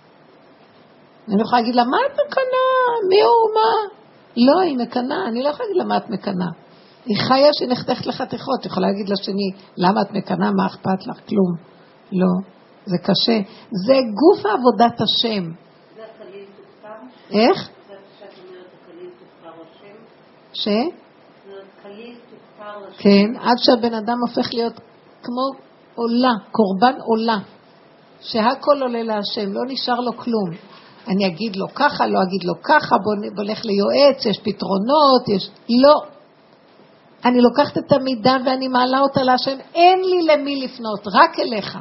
אני יכולה להגיד לה, מה את מקנה? מי הוא? מה? לא, היא מקנה. אני לא יכולה להגיד לה, מה את מקנה? היא חיה שנחתכת לחתיכות. היא יכולה להגיד לשני, למה את מקנה? מה אכפת לך? כלום. לא, זה קשה. זה גוף עבודת השם. זה הכליל תוכתר? איך? זה שאת אומרת, הכליל תוכתר השם? ש? זה הכליל תוכתר השם. כן, עד שהבן אדם הופך להיות כמו עולה, קורבן עולה. שהכל עולה להשם, לא נשאר לו כלום. אני אגיד לו ככה, לא אגיד לו ככה, בוא נלך ליועץ, יש פתרונות, יש... לא. אני לוקחת את המידה ואני מעלה אותה להשם, אין לי למי לפנות, רק אליך.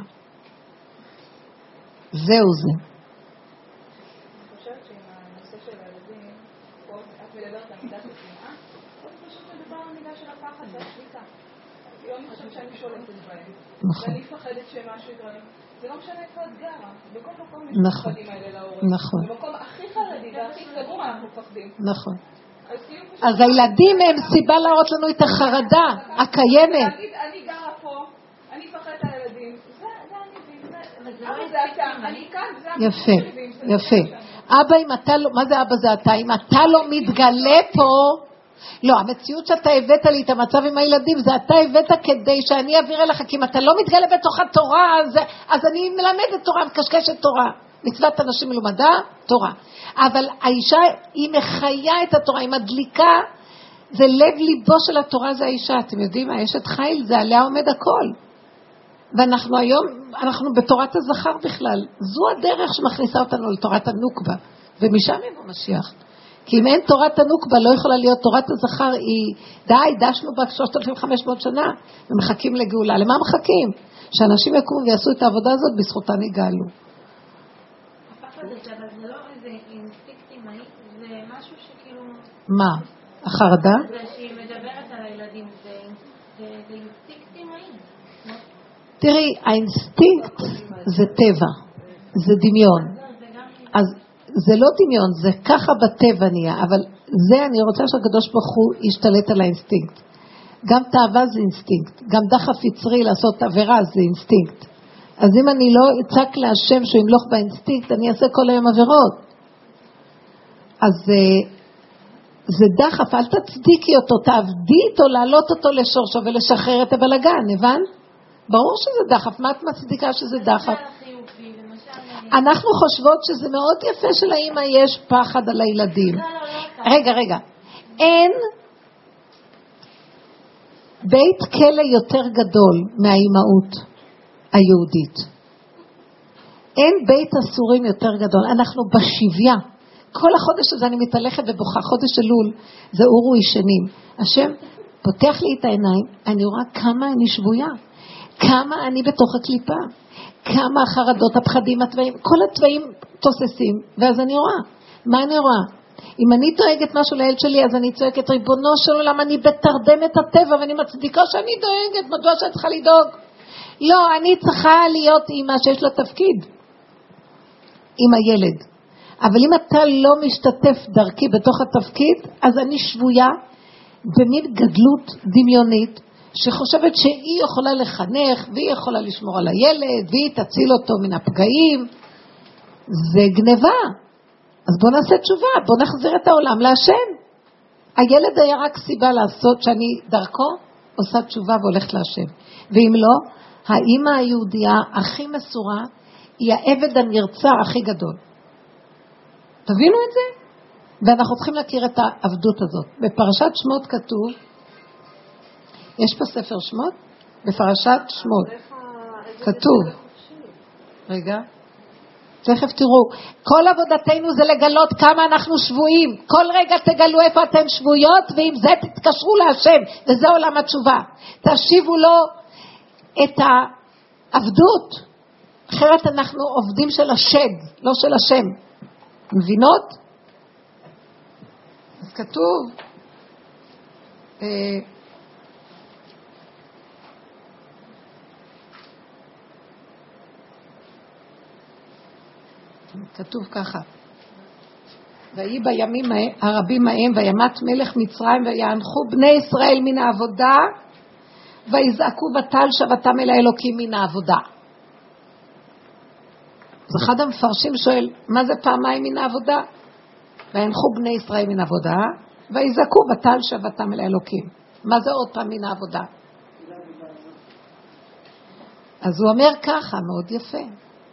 זהו זה. אני חושבת שעם הנושא של הילדים, את מדברת על מידה של תנועה, עוד פשוט מדבר על מידה של הפחד והשליטה. לא אני חושבת שאני שולטת בהם. ואני מפחדת שמשהו יקרה. זה לא משנה איפה את גרה. בכל מקום יש נכון. פחדים האלה להורים. נכון. במקום הכי חרדי והכי סגור אנחנו מפחדים. נכון. אז אז הילדים הם סיבה להראות לנו את החרדה הקיימת. להגיד, אני גרה פה, אני מפחד את הילדים. זה אני, אבא זה אתה, אני כאן, זה יפה, יפה. אבא, אם אתה לא, מה זה אבא זה אתה? אם אתה לא מתגלה פה, לא, המציאות שאתה הבאת לי את המצב עם הילדים, זה אתה הבאת כדי שאני אעביר אליך, כי אם אתה לא מתגלה בתוך התורה, אז אני מלמדת תורה, מקשקשת תורה. מצוות אנשים מלומדה, תורה. אבל האישה, היא מחיה את התורה, היא מדליקה, זה לב ליבו של התורה, זה האישה. אתם יודעים, האשת חיל, זה עליה עומד הכל. ואנחנו היום, אנחנו בתורת הזכר בכלל. זו הדרך שמכניסה אותנו לתורת הנוקבה. ומשם יבוא משיח. כי אם אין תורת הנוקבה, לא יכולה להיות תורת הזכר, היא די, דשנו בה 3,500 שנה, ומחכים לגאולה. למה מחכים? שאנשים יקומו ויעשו את העבודה הזאת, בזכותה נגאלו. הפחד הזה, אבל זה לא איזה אינסטינקט אימהי, זה משהו שכאילו... מה? החרדה? זה שהיא מדברת על הילדים, זה אינסטינקט אימהי. תראי, האינסטינקט זה טבע, זה דמיון. אז זה לא דמיון, זה ככה בטבע נהיה, אבל זה אני רוצה שהקדוש ברוך הוא ישתלט על האינסטינקט. גם תאווה זה אינסטינקט, גם דחף יצרי לעשות עבירה זה אינסטינקט. אז אם אני לא אצעק להשם שהוא ימלוך באינסטינקט, אני אעשה כל היום עבירות. אז זה דחף, אל תצדיקי אותו, תעבדי איתו, להעלות אותו לשורשו ולשחרר את הבלגן, הבן? ברור שזה דחף, מה את מצדיקה שזה דחף? אנחנו חושבות שזה מאוד יפה שלאמא יש פחד על הילדים. רגע. אין בית כלא יותר גדול מהאימהות היהודית. אין בית אסורים יותר גדול. אנחנו בשביה. כל החודש הזה אני מתהלכת ובוכה. חודש אלול זה אורו ישנים. השם פותח לי את העיניים, אני רואה כמה אני שבויה. כמה אני בתוך הקליפה. כמה החרדות, הפחדים, התוואים, כל התוואים תוססים, ואז אני רואה. מה אני רואה? אם אני דואגת משהו לילד שלי, אז אני צועקת, ריבונו של עולם, אני בתרדמת הטבע, ואני מצדיקה שאני דואגת, מדוע שאני צריכה לדאוג? לא, אני צריכה להיות אימא שיש לה תפקיד, עם הילד. אבל אם אתה לא משתתף דרכי בתוך התפקיד, אז אני שבויה במין גדלות דמיונית, שחושבת שהיא יכולה לחנך, והיא יכולה לשמור על הילד, והיא תציל אותו מן הפגעים. זה גניבה. אז בוא נעשה תשובה, בוא נחזיר את העולם להשם. הילד היה רק סיבה לעשות שאני דרכו עושה תשובה והולכת להשם. ואם לא, האמא היהודייה הכי מסורה, היא העבד הנרצע הכי גדול. תבינו את זה? ואנחנו צריכים להכיר את העבדות הזאת. בפרשת שמות כתוב, יש פה ספר שמות? בפרשת שמות. כתוב. רגע. תכף תראו. כל עבודתנו זה לגלות כמה אנחנו שבויים. כל רגע תגלו איפה אתם שבויות, ועם זה תתקשרו להשם. וזה עולם התשובה. תשיבו לו את העבדות. אחרת אנחנו עובדים של השד, לא של השם. מבינות? אז כתוב... כתוב ככה, ויהי בימים הרבים ההם וימת מלך מצרים ויענחו בני ישראל מן העבודה ויזעקו בטל שבתם אל האלוקים מן העבודה. אז אחד המפרשים שואל, מה זה פעמיים מן העבודה? ויענחו בני ישראל מן העבודה ויזעקו בטל שבתם אל האלוקים. מה זה עוד פעם מן העבודה? אז הוא אומר ככה, מאוד יפה.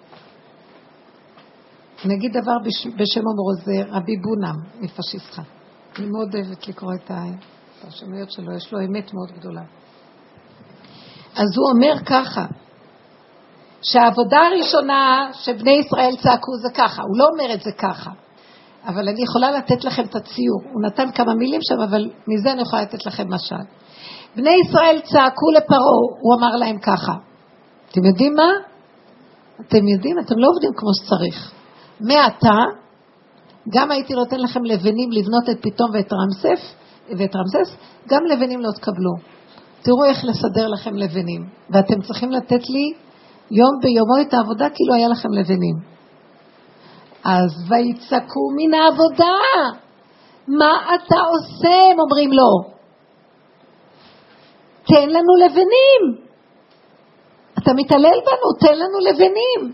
נגיד דבר בשם אומרו, זה רבי בונם מפשיסחה. אני מאוד אוהבת לקרוא את הפרשנויות שלו, יש לו אמת מאוד גדולה. אז הוא אומר ככה, שהעבודה הראשונה שבני ישראל צעקו זה ככה, הוא לא אומר את זה ככה, אבל אני יכולה לתת לכם את הציור, הוא נתן כמה מילים שם, אבל מזה אני יכולה לתת לכם משל. בני ישראל צעקו לפרעה, הוא אמר להם ככה, אתם יודעים מה? אתם יודעים, אתם לא עובדים כמו שצריך. מעתה, גם הייתי נותן לכם לבנים לבנות את פתאום ואת רמסס, גם לבנים לא תקבלו. תראו איך לסדר לכם לבנים, ואתם צריכים לתת לי יום ביומו את העבודה כאילו היה לכם לבנים. אז ויצעקו מן העבודה, מה אתה עושה? הם אומרים לו, תן לנו לבנים, אתה מתעלל בנו, תן לנו לבנים.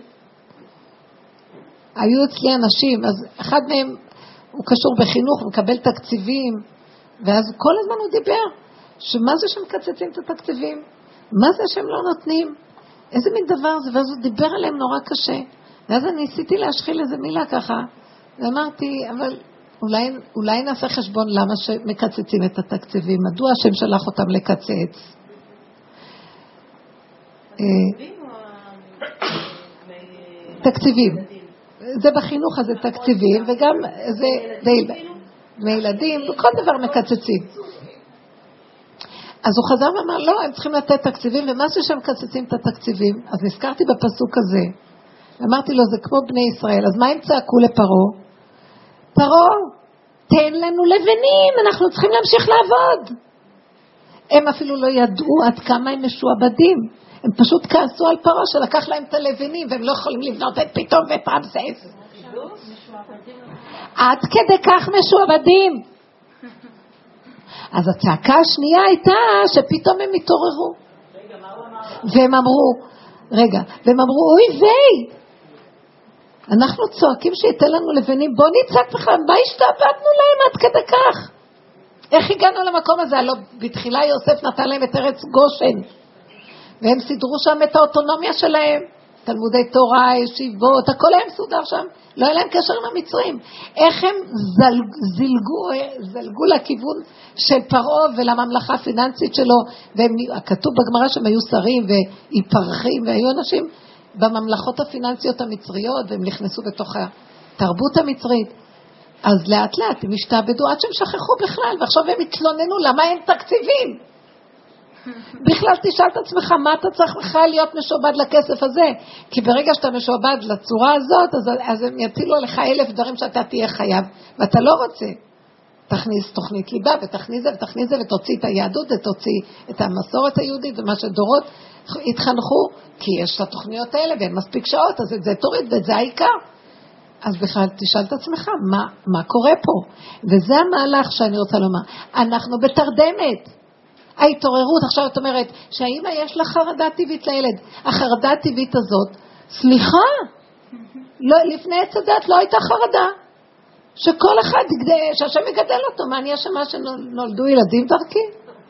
היו אצלי אנשים, אז אחד מהם הוא קשור בחינוך, הוא מקבל תקציבים, ואז כל הזמן הוא דיבר, שמה זה שמקצצים את התקציבים? מה זה שהם לא נותנים? איזה מין דבר זה? ואז הוא דיבר עליהם נורא קשה. ואז אני ניסיתי להשחיל איזה מילה ככה, ואמרתי, אבל אולי נעשה חשבון למה שמקצצים את התקציבים, מדוע השם שלח אותם לקצץ? תקציבים. זה בחינוך הזה תקציבים, וגם זה מילדים, וכל דבר מקצצים. אז הוא חזר ואמר, לא, הם צריכים לתת תקציבים, ומה שהם מקצצים את התקציבים, אז נזכרתי בפסוק הזה, אמרתי לו, זה כמו בני ישראל, אז מה הם צעקו לפרו? פרו, תן לנו לבנים, אנחנו צריכים להמשיך לעבוד. הם אפילו לא ידעו עד כמה הם משועבדים, הם פשוט כעסו על פרו שלקח להם את הלבנים, והם לא יכולים לבנות את פתאום ואת רמסס. עד כדי כך משועבדים. אז הצעקה השנייה הייתה שפתאום הם התעוררו. והם אמרו, אוי ויי, אנחנו צועקים שייתן לנו לבנים, בוא נצעק בכלל, מה השתעבדנו להם עד כדי כך? איך הגענו למקום הזה? לא, בתחילה יוסף נתן להם את ארץ גושן, והם סידרו שם את האוטונומיה שלהם, תלמודי תורה, ישיבות, הכל היה מסודר שם, לא היה להם קשר עם המצרים. איך הם זלגו לכיוון של פרעה ולממלכה הפיננסית שלו, וכתוב בגמרא שהם היו שרים והיפרחים, והיו אנשים בממלכות הפיננסיות המצריות, והם נכנסו בתוך התרבות המצרית. אז לאט לאט הם השתעבדו עד שהם שכחו בכלל, ועכשיו הם התלוננו למה אין תקציבים. בכלל תשאל את עצמך מה אתה צריך בכלל להיות משועבד לכסף הזה, כי ברגע שאתה משועבד לצורה הזאת, אז הם יטילו עליך 1000 דברים שאתה תהיה חייב, ואתה לא רוצה. תכניס תוכנית ליבה, ותכניס זה, ותוציא את היהדות, ותוציא את המסורת היהודית, ומה שדורות התחנכו, כי יש את התוכניות האלה, ואין מספיק שעות, אז את זה תוריד, ואת זה העיקר. אז בכלל תשאל את עצמך, מה קורה פה? וזה המהלך שאני רוצה לומר. אנחנו בתרדמת. ההתעוררות, עכשיו את אומרת, שהאמא יש לה חרדה טבעית לילד. החרדה הטבעית הזאת, סליחה, לא, לפני עץ הדת לא הייתה חרדה. שכל אחד, שהשם יגדל אותו, מה אני אשמה שנולדו ילדים דרכי?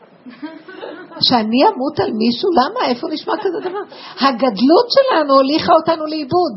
שאני אמות על מישהו, למה? איפה נשמע כזה דבר? הגדלות שלנו הוליכה אותנו לאיבוד.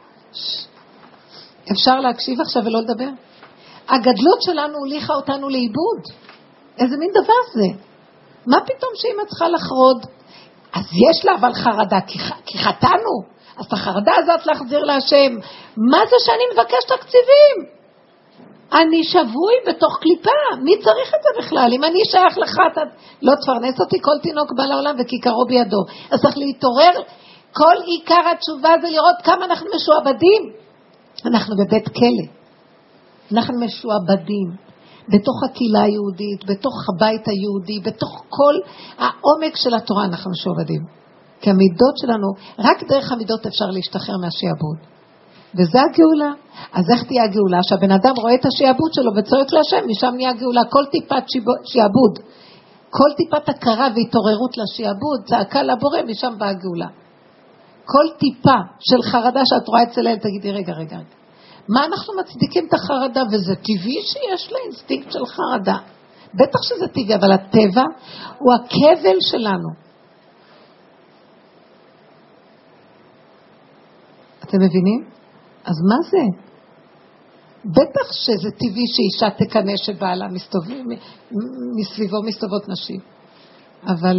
אפשר להקשיב עכשיו ולא לדבר? הגדלות שלנו הוליכה אותנו לאיבוד. איזה מין דבר זה? מה פתאום שאמא צריכה לחרוד? אז יש לה אבל חרדה, כי חטאנו. אז את החרדה הזאת להחזיר להשם. מה זה שאני מבקש תקציבים? אני שבוי בתוך קליפה. מי צריך את זה בכלל? אם אני שייך לך, אתה לא תפרנס אותי, כל תינוק בא לעולם וכיכרו בידו. אז צריך להתעורר. כל עיקר התשובה זה לראות כמה אנחנו משועבדים. אנחנו בבית כלא. אנחנו משועבדים. בתוך הקהילה היהודית, בתוך הבית היהודי, בתוך כל העומק של התורה אנחנו משועבדים. כי המידות שלנו, רק דרך המידות אפשר להשתחרר מהשיעבוד. וזה הגאולה. אז איך תהיה הגאולה? שהבן אדם רואה את השיעבוד שלו וצועק להשם, משם נהיה הגאולה. כל טיפת שיעבוד, כל טיפת הכרה והתעוררות לשיעבוד, צעקה לבורא, משם באה הגאולה. כל טיפה של חרדה שאת רואה אצל אל, תגידי רגע. מה אנחנו מצדיקים את החרדה? וזה טבעי שיש לה אינסטינקט של חרדה. בטח שזה טבעי, אבל הטבע הוא הכבל שלנו. אתם מבינים? אז מה זה? בטח שזה טבעי שאישה תקנה שבעלה מסביבו מסתובבות נשים. אבל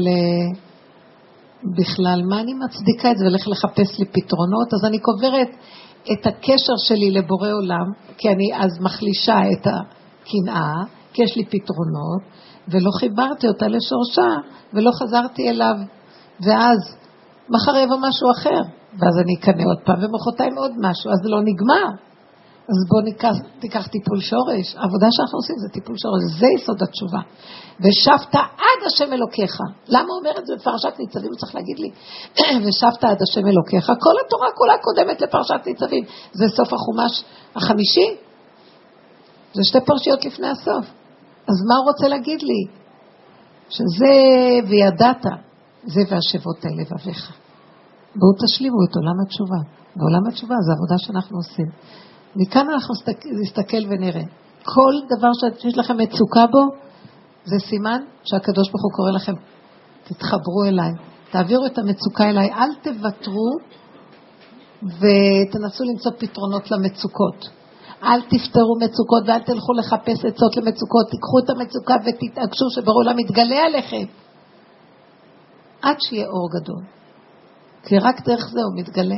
בכלל, מה אני מצדיקה את זה? ולך לחפש לי פתרונות? אז אני קוברת את הקשר שלי לבורא עולם, כי אני אז מחלישה את הקנאה, כי יש לי פתרונות, ולא חיברתי אותה לשורשה, ולא חזרתי אליו, ואז מחר יבוא משהו אחר, ואז אני אקנה עוד פעם, ומחרתיים עוד משהו, אז זה לא נגמר. אז בוא תיקח טיפול שורש. העבודה שאנחנו עושים זה טיפול שורש, זה יסוד התשובה. ושבת עד השם אלוקיך. למה הוא אומר את זה בפרשת ניצבים? הוא צריך להגיד לי, ושבת עד השם אלוקיך. כל התורה כולה קודמת לפרשת ניצבים. זה סוף החומש החמישי. זה 2 פרשיות לפני הסוף. אז מה הוא רוצה להגיד לי? שזה וידעת, זה והשבות אל לבביך. בואו תשלימו את עולם התשובה. בעולם התשובה זה עבודה שאנחנו עושים. מכאן אנחנו נסתכל ונראה. כל דבר שיש לכם מצוקה בו, זה סימן שהקדוש ברוך הוא קורא לכם, תתחברו אליי, תעבירו את המצוקה אליי, אל תוותרו ותנסו למצוא פתרונות למצוקות. אל תפתרו מצוקות ואל תלכו לחפש עצות למצוקות, תיקחו את המצוקה ותתעקשו שבעולם מתגלה עליכם. עד שיהיה אור גדול. כי רק דרך זה הוא מתגלה.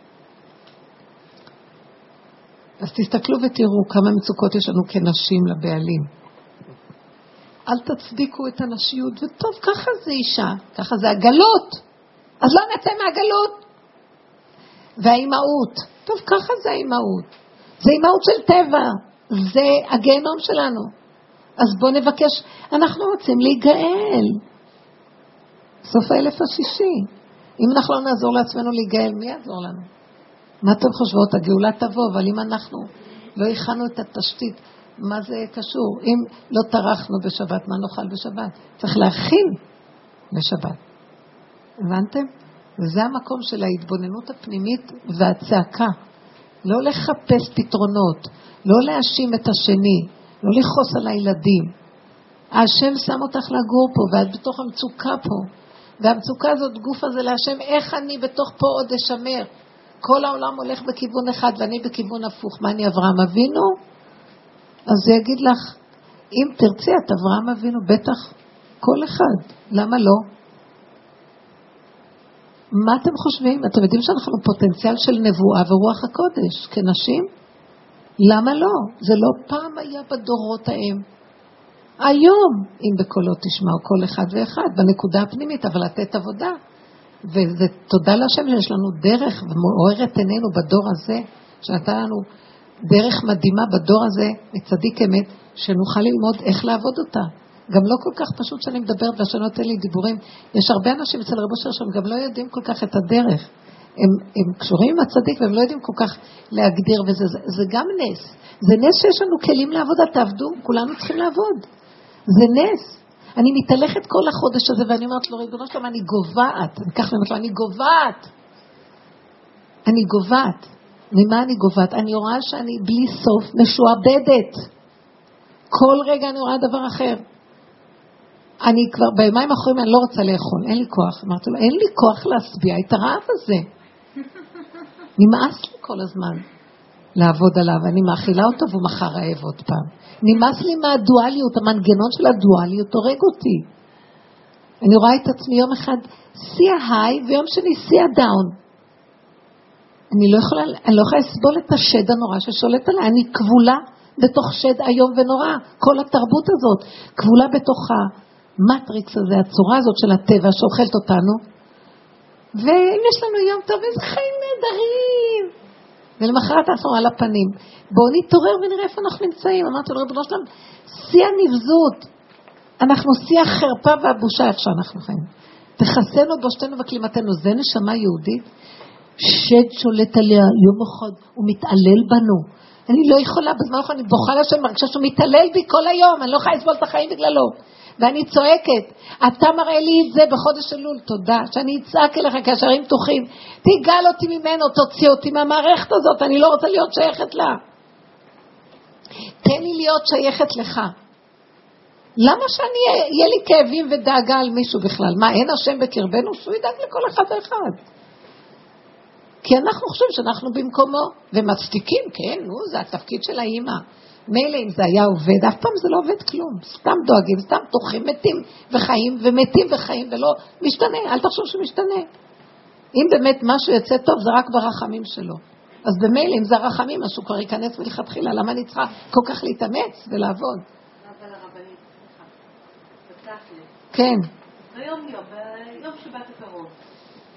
אז תסתכלו ותראו כמה מצוקות יש לנו כנשים לבעלים. אל תצדיקו את הנשיות, וטוב, ככה זה אישה, ככה זה הגלות. אז לא נצא מהגלות. והאימהות, טוב, ככה זה האימהות. זה אימהות של טבע, זה הגיהנום שלנו. אז בואו נבקש, אנחנו רוצים להיגאל. סוף 1060. אם אנחנו לא נעזור לעצמנו להיגאל, מי יעזור לנו? מה אתם חושבות? הגאולה תבוא, אבל אם אנחנו לא הכנו את התשתית, מה זה קשור? אם לא טרחנו בשבת, מה נאכל בשבת? צריך להכין לשבת. הבנתם? וזה המקום של ההתבוננות הפנימית והצעקה. לא לחפש פתרונות, לא להאשים את השני, לא לכעוס על הילדים. השם שם אותך לגור פה, ואת בתוך המצוקה פה. והמצוקה הזאת, גוף הזה להשם, איך אני בתוך פה עוד אשמר? כל העולם הולך בכיוון אחד ואני בכיוון הפוך. מה אני אברהם אבינו? אז זה יגיד לך, אם תרצי את אברהם אבינו, בטח כל אחד. למה לא? מה אתם חושבים? אתם יודעים שאנחנו פוטנציאל של נבואה ורוח הקודש כנשים? למה לא? זה לא פעם היה בדורות ההם. היום, אם בקולו תשמעו כל אחד ואחד, בנקודה הפנימית, אבל לתת עבודה. וזה תודה להשם שיש לנו דרך ומוארת עינינו בדור הזה, שנתן לנו דרך מדהימה בדור הזה, מצדיק אמת, שנוכל ללמוד איך לעבוד אותה. גם לא כל כך פשוט שאני מדברת והשני נותן לי דיבורים. יש הרבה אנשים אצל רבו אושר שהם גם לא יודעים כל כך את הדרך. הם קשורים עם הצדיק והם לא יודעים כל כך להגדיר, וזה גם נס. זה נס שיש לנו כלים לעבודה, תעבדו, כולנו צריכים לעבוד. זה נס. אני מתהלכת כל החודש הזה ואני אומרת לו, ריבונו שלום, אני גובעת. אני כך אומרת לו, אני גובעת. אני גובעת. ממה אני גובעת? אני רואה שאני בלי סוף משועבדת. כל רגע אני רואה דבר אחר. אני כבר בימיים האחרונים אני לא רוצה לאכול, אין לי כוח. אמרתי לו, אין לי כוח להשביע את הרעב הזה. נמאס לי כל הזמן לעבוד עליו. אני מאכילה אותו והוא מחר רעב עוד פעם. נמאס לי מהדואליות, המנגנון של הדואליות הורג אותי. אני רואה את עצמי יום אחד שיא ההיי ויום שני שיא הדאון. אני לא יכולה לסבול את השד הנורא ששולט עליי. אני כבולה בתוך שד היום ונורא. כל התרבות הזאת כבולה בתוך המטריקס הזה, הצורה הזאת של הטבע שאוכלת אותנו. ואם יש לנו יום טוב, איזה חיים נהדרים. ולמחרת אנחנו על הפנים. בואו נתעורר ונראה איפה אנחנו נמצאים. אמרתי לו, רבנו שלם, שיא הנבזות. אנחנו שיא החרפה והבושה איך שאנחנו חיים. תחסנו בושתנו וכלימתנו. זה נשמה יהודית. שד שולט עליה יום אחד, הוא מתעלל בנו. אני לא יכולה, בזמן האחרון אני בוכה לשם, מרגישה שהוא מתעלל בי כל היום, אני לא יכולה לסבול את החיים בגללו. ואני צועקת, אתה מראה לי את זה בחודש אלול, תודה, שאני אצעק אליך כשערים פתוחים, תיגל אותי ממנו, תוציא אותי מהמערכת הזאת, אני לא רוצה להיות שייכת לה. תן לי להיות שייכת לך. למה יהיה לי כאבים ודאגה על מישהו בכלל? מה, אין השם בקרבנו? שהוא ידאג לכל אחד ואחד. כי אנחנו חושבים שאנחנו במקומו, ומצדיקים, כן, זה התפקיד של האמא. מילא אם זה היה עובד, אף פעם זה לא עובד כלום. סתם דואגים, סתם תורכים, מתים וחיים, ומתים וחיים, ולא משתנה, אל תחשוב שמשתנה. אם באמת משהו יצא טוב, זה רק ברחמים שלו. אז במילא אם זה הרחמים, משהו כבר ייכנס מלכתחילה, למה אני צריכה כל כך להתאמץ ולעבוד? אבל הרבנית, סליחה, כן. ביום שבת הקרוב,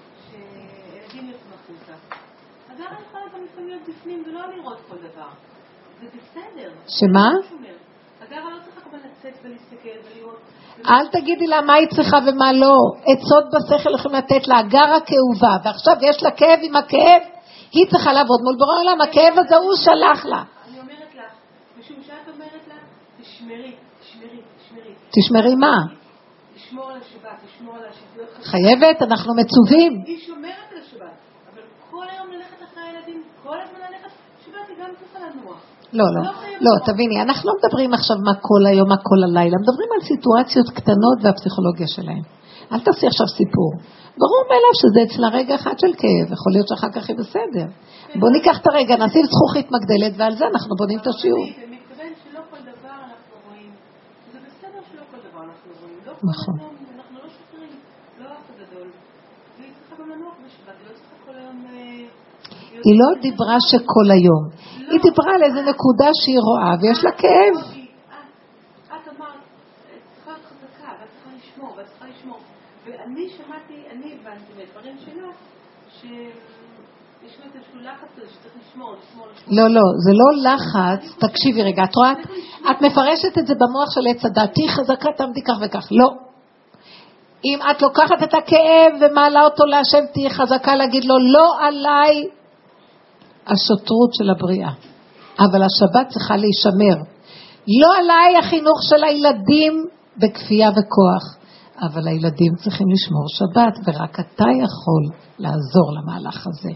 שילדים יוצאים החוצה, אז אני יכולה גם לפעמים להיות בפנים ולא לראות כל דבר. זה בסדר. שמה? הגרה לא צריכה כבר לצאת ולהסתכל ולראות. אל תגידי לה מה היא צריכה ומה לא. עצות בשכל יכולים לתת לה, הגרה כאובה, ועכשיו יש לה כאב עם הכאב, היא צריכה לעבוד מול בורא עולם, הכאב הזה הוא שלח לה. אני אומרת לך, משום שאת אומרת לה, תשמרי. תשמרי מה? לשמור על השבת, לשמור על השבת. חייבת, אנחנו מצווים. היא שומרת על השבת, אבל כל היום ללכת אחרי הילדים, כל הזמן ללכת, שבת היא גם צריכה לנוח. לא, תביני, אנחנו לא מדברים עכשיו מה כל היום, מה כל הלילה, מדברים על סיטואציות קטנות והפסיכולוגיה שלהם. אל תעשי עכשיו סיפור. ברור מאליו שזה אצלה רגע אחד של כאב, יכול להיות שאחר כך היא בסדר. בוא ניקח את הרגע, נשים זכוכית מגדלת, ועל זה אנחנו בונים את השיעור. ומתכוון שלא כל דבר אנחנו רואים. זה בסדר שלא כל דבר אנחנו רואים. נכון. אנחנו לא שוכרים, לא אף גדול. והיא צריכה גם לנוח בשבת, היא לא צריכה כל היום... היא לא דיברה שכל היום. היא דיברה על איזה נקודה שהיא רואה, ויש לה כאב. את אמרת, את צריכה להיות חזקה, ואת צריכה לשמור, ואת צריכה לשמור. ואני שמעתי, אני הבנתי מהדברים שלה, שיש לו איזשהו לחץ הזה שצריך לשמור. לא, זה לא לחץ. תקשיבי רגע, את רואה? את מפרשת את זה במוח של עץ הדת. תהי חזקה, תעמדי כך וכך. לא. אם את לוקחת את הכאב ומעלה אותו להשם, תהי חזקה להגיד לו, לא עליי השוטרות של הבריאה. אבל השבת צריכה להישמר. לא עליי החינוך של הילדים בכפייה וכוח. אבל הילדים צריכים לשמור שבת, ורק אתה יכול לעזור למהלך הזה.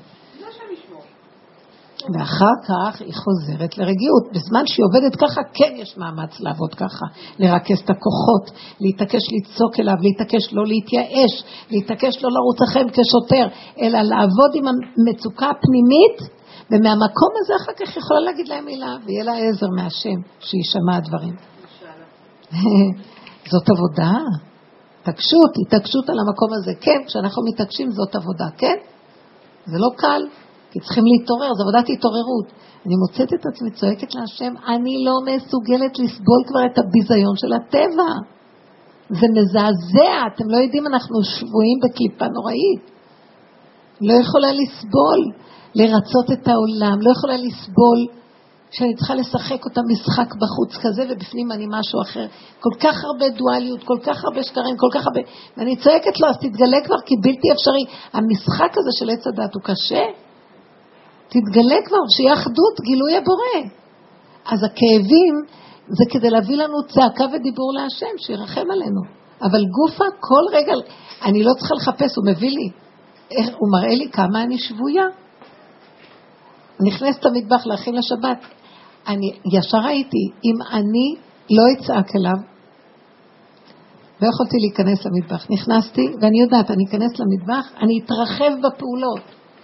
ואחר כך היא חוזרת לרגיעות. בזמן שהיא עובדת ככה, כן יש מאמץ לעבוד ככה. לרכז את הכוחות, להתעקש לצעוק אליו, להתעקש לא להתייאש, להתעקש לא לרוץ אחריהם כשוטר, אלא לעבוד עם המצוקה הפנימית, ומהמקום הזה אחר כך יכולה להגיד להם מילה, ויהיה לה עזר מהשם, שהיא שמעה דברים. זאת עבודה. התעקשות על המקום הזה. כן, כשאנחנו מתעקשים זאת עבודה, כן? זה לא קל. כי צריכים להתעורר, זו עבודת התעוררות. אני מוצאת את עצמי, צועקת להשם, אני לא מסוגלת לסבול כבר את הביזיון של הטבע. זה מזעזע, אתם לא יודעים, אנחנו שבויים בקליפה נוראית. לא יכולה לסבול, לרצות את העולם, לא יכולה לסבול שאני צריכה לשחק אותה משחק בחוץ כזה, ובפנים אני משהו אחר. כל כך הרבה דואליות, כל כך הרבה שקרים, כל כך הרבה... ואני צועקת לו, אז תתגלה כבר, כי בלתי אפשרי. המשחק הזה של עץ הדת הוא קשה. תתגלה כבר, שיהיה אחדות, גילוי הבורא. אז הכאבים זה כדי להביא לנו צעקה ודיבור להשם, שירחם עלינו. אבל גופה כל רגע, אני לא צריכה לחפש, הוא מביא לי. הוא מראה לי כמה אני שבויה. נכנסת למטבח להכין לשבת. אני ישר ראיתי, אם אני לא אצעק אליו, לא יכולתי להיכנס למטבח. נכנסתי, ואני יודעת, אני אכנס למטבח, אני אתרחב בפעולות.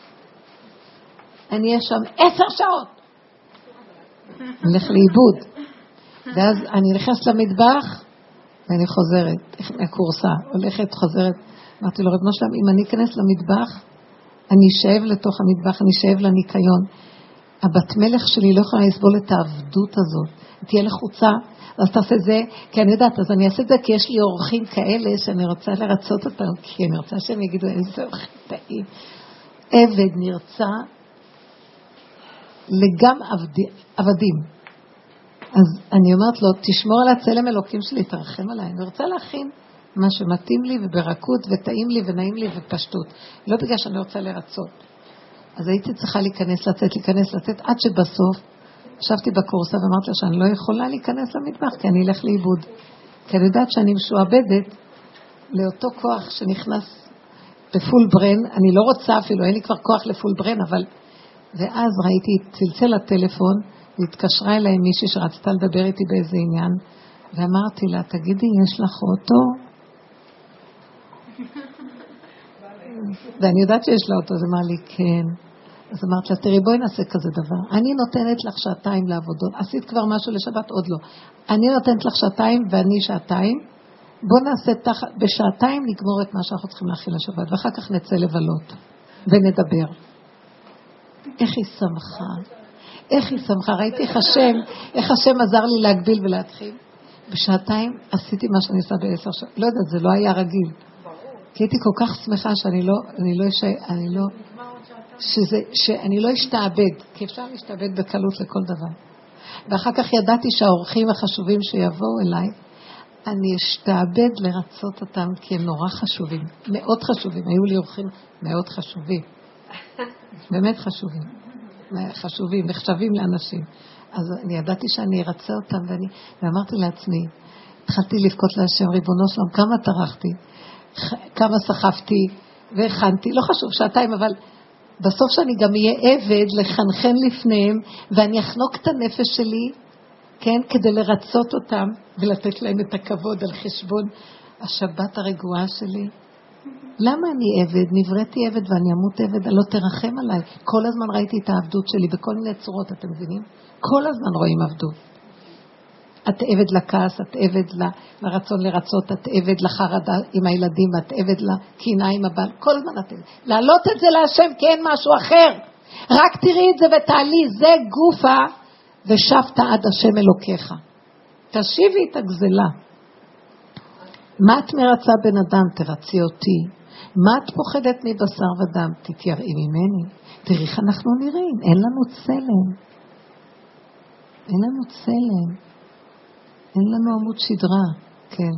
אני אהיה שם 10 שעות. אני הולך לאיבוד. ואז אני נכנסת למטבח, ואני חוזרת, מהקורסה, הולכת, חוזרת. אמרתי לו, רב נושלם, אם אני אכנס למטבח, אני אשאב לתוך המטבח, אני אשאב לניקיון. הבת מלך שלי לא יכולה לסבול את העבדות הזאת. תהיה לחוצה, אז תעשה זה, כי אני יודעת, אז אני אעשה את זה, כי יש לי אורחים כאלה שאני רוצה לרצות אותם, כי אני רוצה שהם יגידו, איזה אורחים טעים. עבד נרצה, לגם עבדים. אז אני אומרת לו, תשמור על הצלם אלוקים שלי, תרחם עליי. אני רוצה להכין מה שמתאים לי וברכות וטעים לי ונעים לי ופשטות. לא בגלל שאני רוצה לרצות. אז הייתי צריכה להיכנס, לצאת, עד שבסוף ישבתי בקורסה ואמרת לה שאני לא יכולה להיכנס למטבח, כי אני אלך לאיבוד. כי אני יודעת שאני משועבדת לאותו כוח שנכנס בפול ברן. אני לא רוצה אפילו, אין לי כבר כוח לפול ברן, אבל... ואז ראיתי, צלצל הטלפון, והתקשרה אליי מישהי שרצתה לדבר איתי באיזה עניין, ואמרתי לה, תגידי, יש לך אוטו? ואני יודעת שיש לה אוטו, אז אמרה לי, כן. אז אמרת לה, תראי, בואי נעשה כזה דבר. אני נותנת לך 2 שעתיים לעבודות. עשית כבר משהו לשבת? עוד לא. אני נותנת לך 2 שעתיים ואני 2 שעתיים. בוא נעשה בשעתיים נגמור את מה שאנחנו צריכים להכין לשבת, ואחר כך נצא לבלות ונדבר. איך היא שמחה. ראיתי איך השם עזר לי להגביל ולהתחיל. בשעתיים עשיתי מה שאני עושה ב10 שעות. לא יודעת, זה לא היה רגיל. כי הייתי כל כך שמחה שאני לא אשתעבד, כי אפשר להשתעבד בקלות לכל דבר. ואחר כך ידעתי שהאורחים החשובים שיבואו אליי, אני אשתעבד לרצות אותם כי הם נורא חשובים, מאוד חשובים, היו לי אורחים מאוד חשובים, באמת חשובים, חשובים, נחשבים לאנשים. אז אני ידעתי שאני ארצה אותם, ואמרתי לעצמי, התחלתי לבכות להשם, ריבונו שלום, כמה טרחתי, כמה סחפתי והכנתי, לא חשוב, שעתיים, אבל בסוף שאני גם אהיה עבד לחנכן לפניהם, ואני אחנוק את הנפש שלי, כן, כדי לרצות אותם, ולתת להם את הכבוד על חשבון השבת הרגועה שלי. למה אני עבד? נבראתי עבד ואני אמות עבד, לא תרחם עליי. כל הזמן ראיתי את העבדות שלי בכל מיני צורות, אתם מבינים? כל הזמן רואים עבדות. את עבד לכעס, את עבד לרצון לרצות, את עבד לחרדה עם הילדים, את עבד לקנאה עם הבעל, כל הזמן את עבד. להעלות את זה להשם כי אין משהו אחר. רק תראי את זה ותעלי, זה גופה ושבת עד השם אלוקיך. תשיבי את הגזלה. מה את מרצה בן אדם? תרצי אותי. מה את פוחדת מבשר ודם? תתייראי ממני. תראי איך אנחנו נראים. אין לנו צלם. אין לנו צלם. אין לנו עמוד שדרה. כן.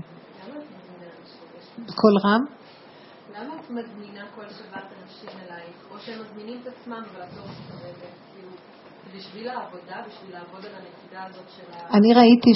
בכל רם? למה את מזמינה כל שבת אנשים אלייך? או שהם מזמינים את עצמם ולעזור מסתובבת? בשביל העבודה, בשביל לעבוד על הנקודה הזאת של אני ראיתי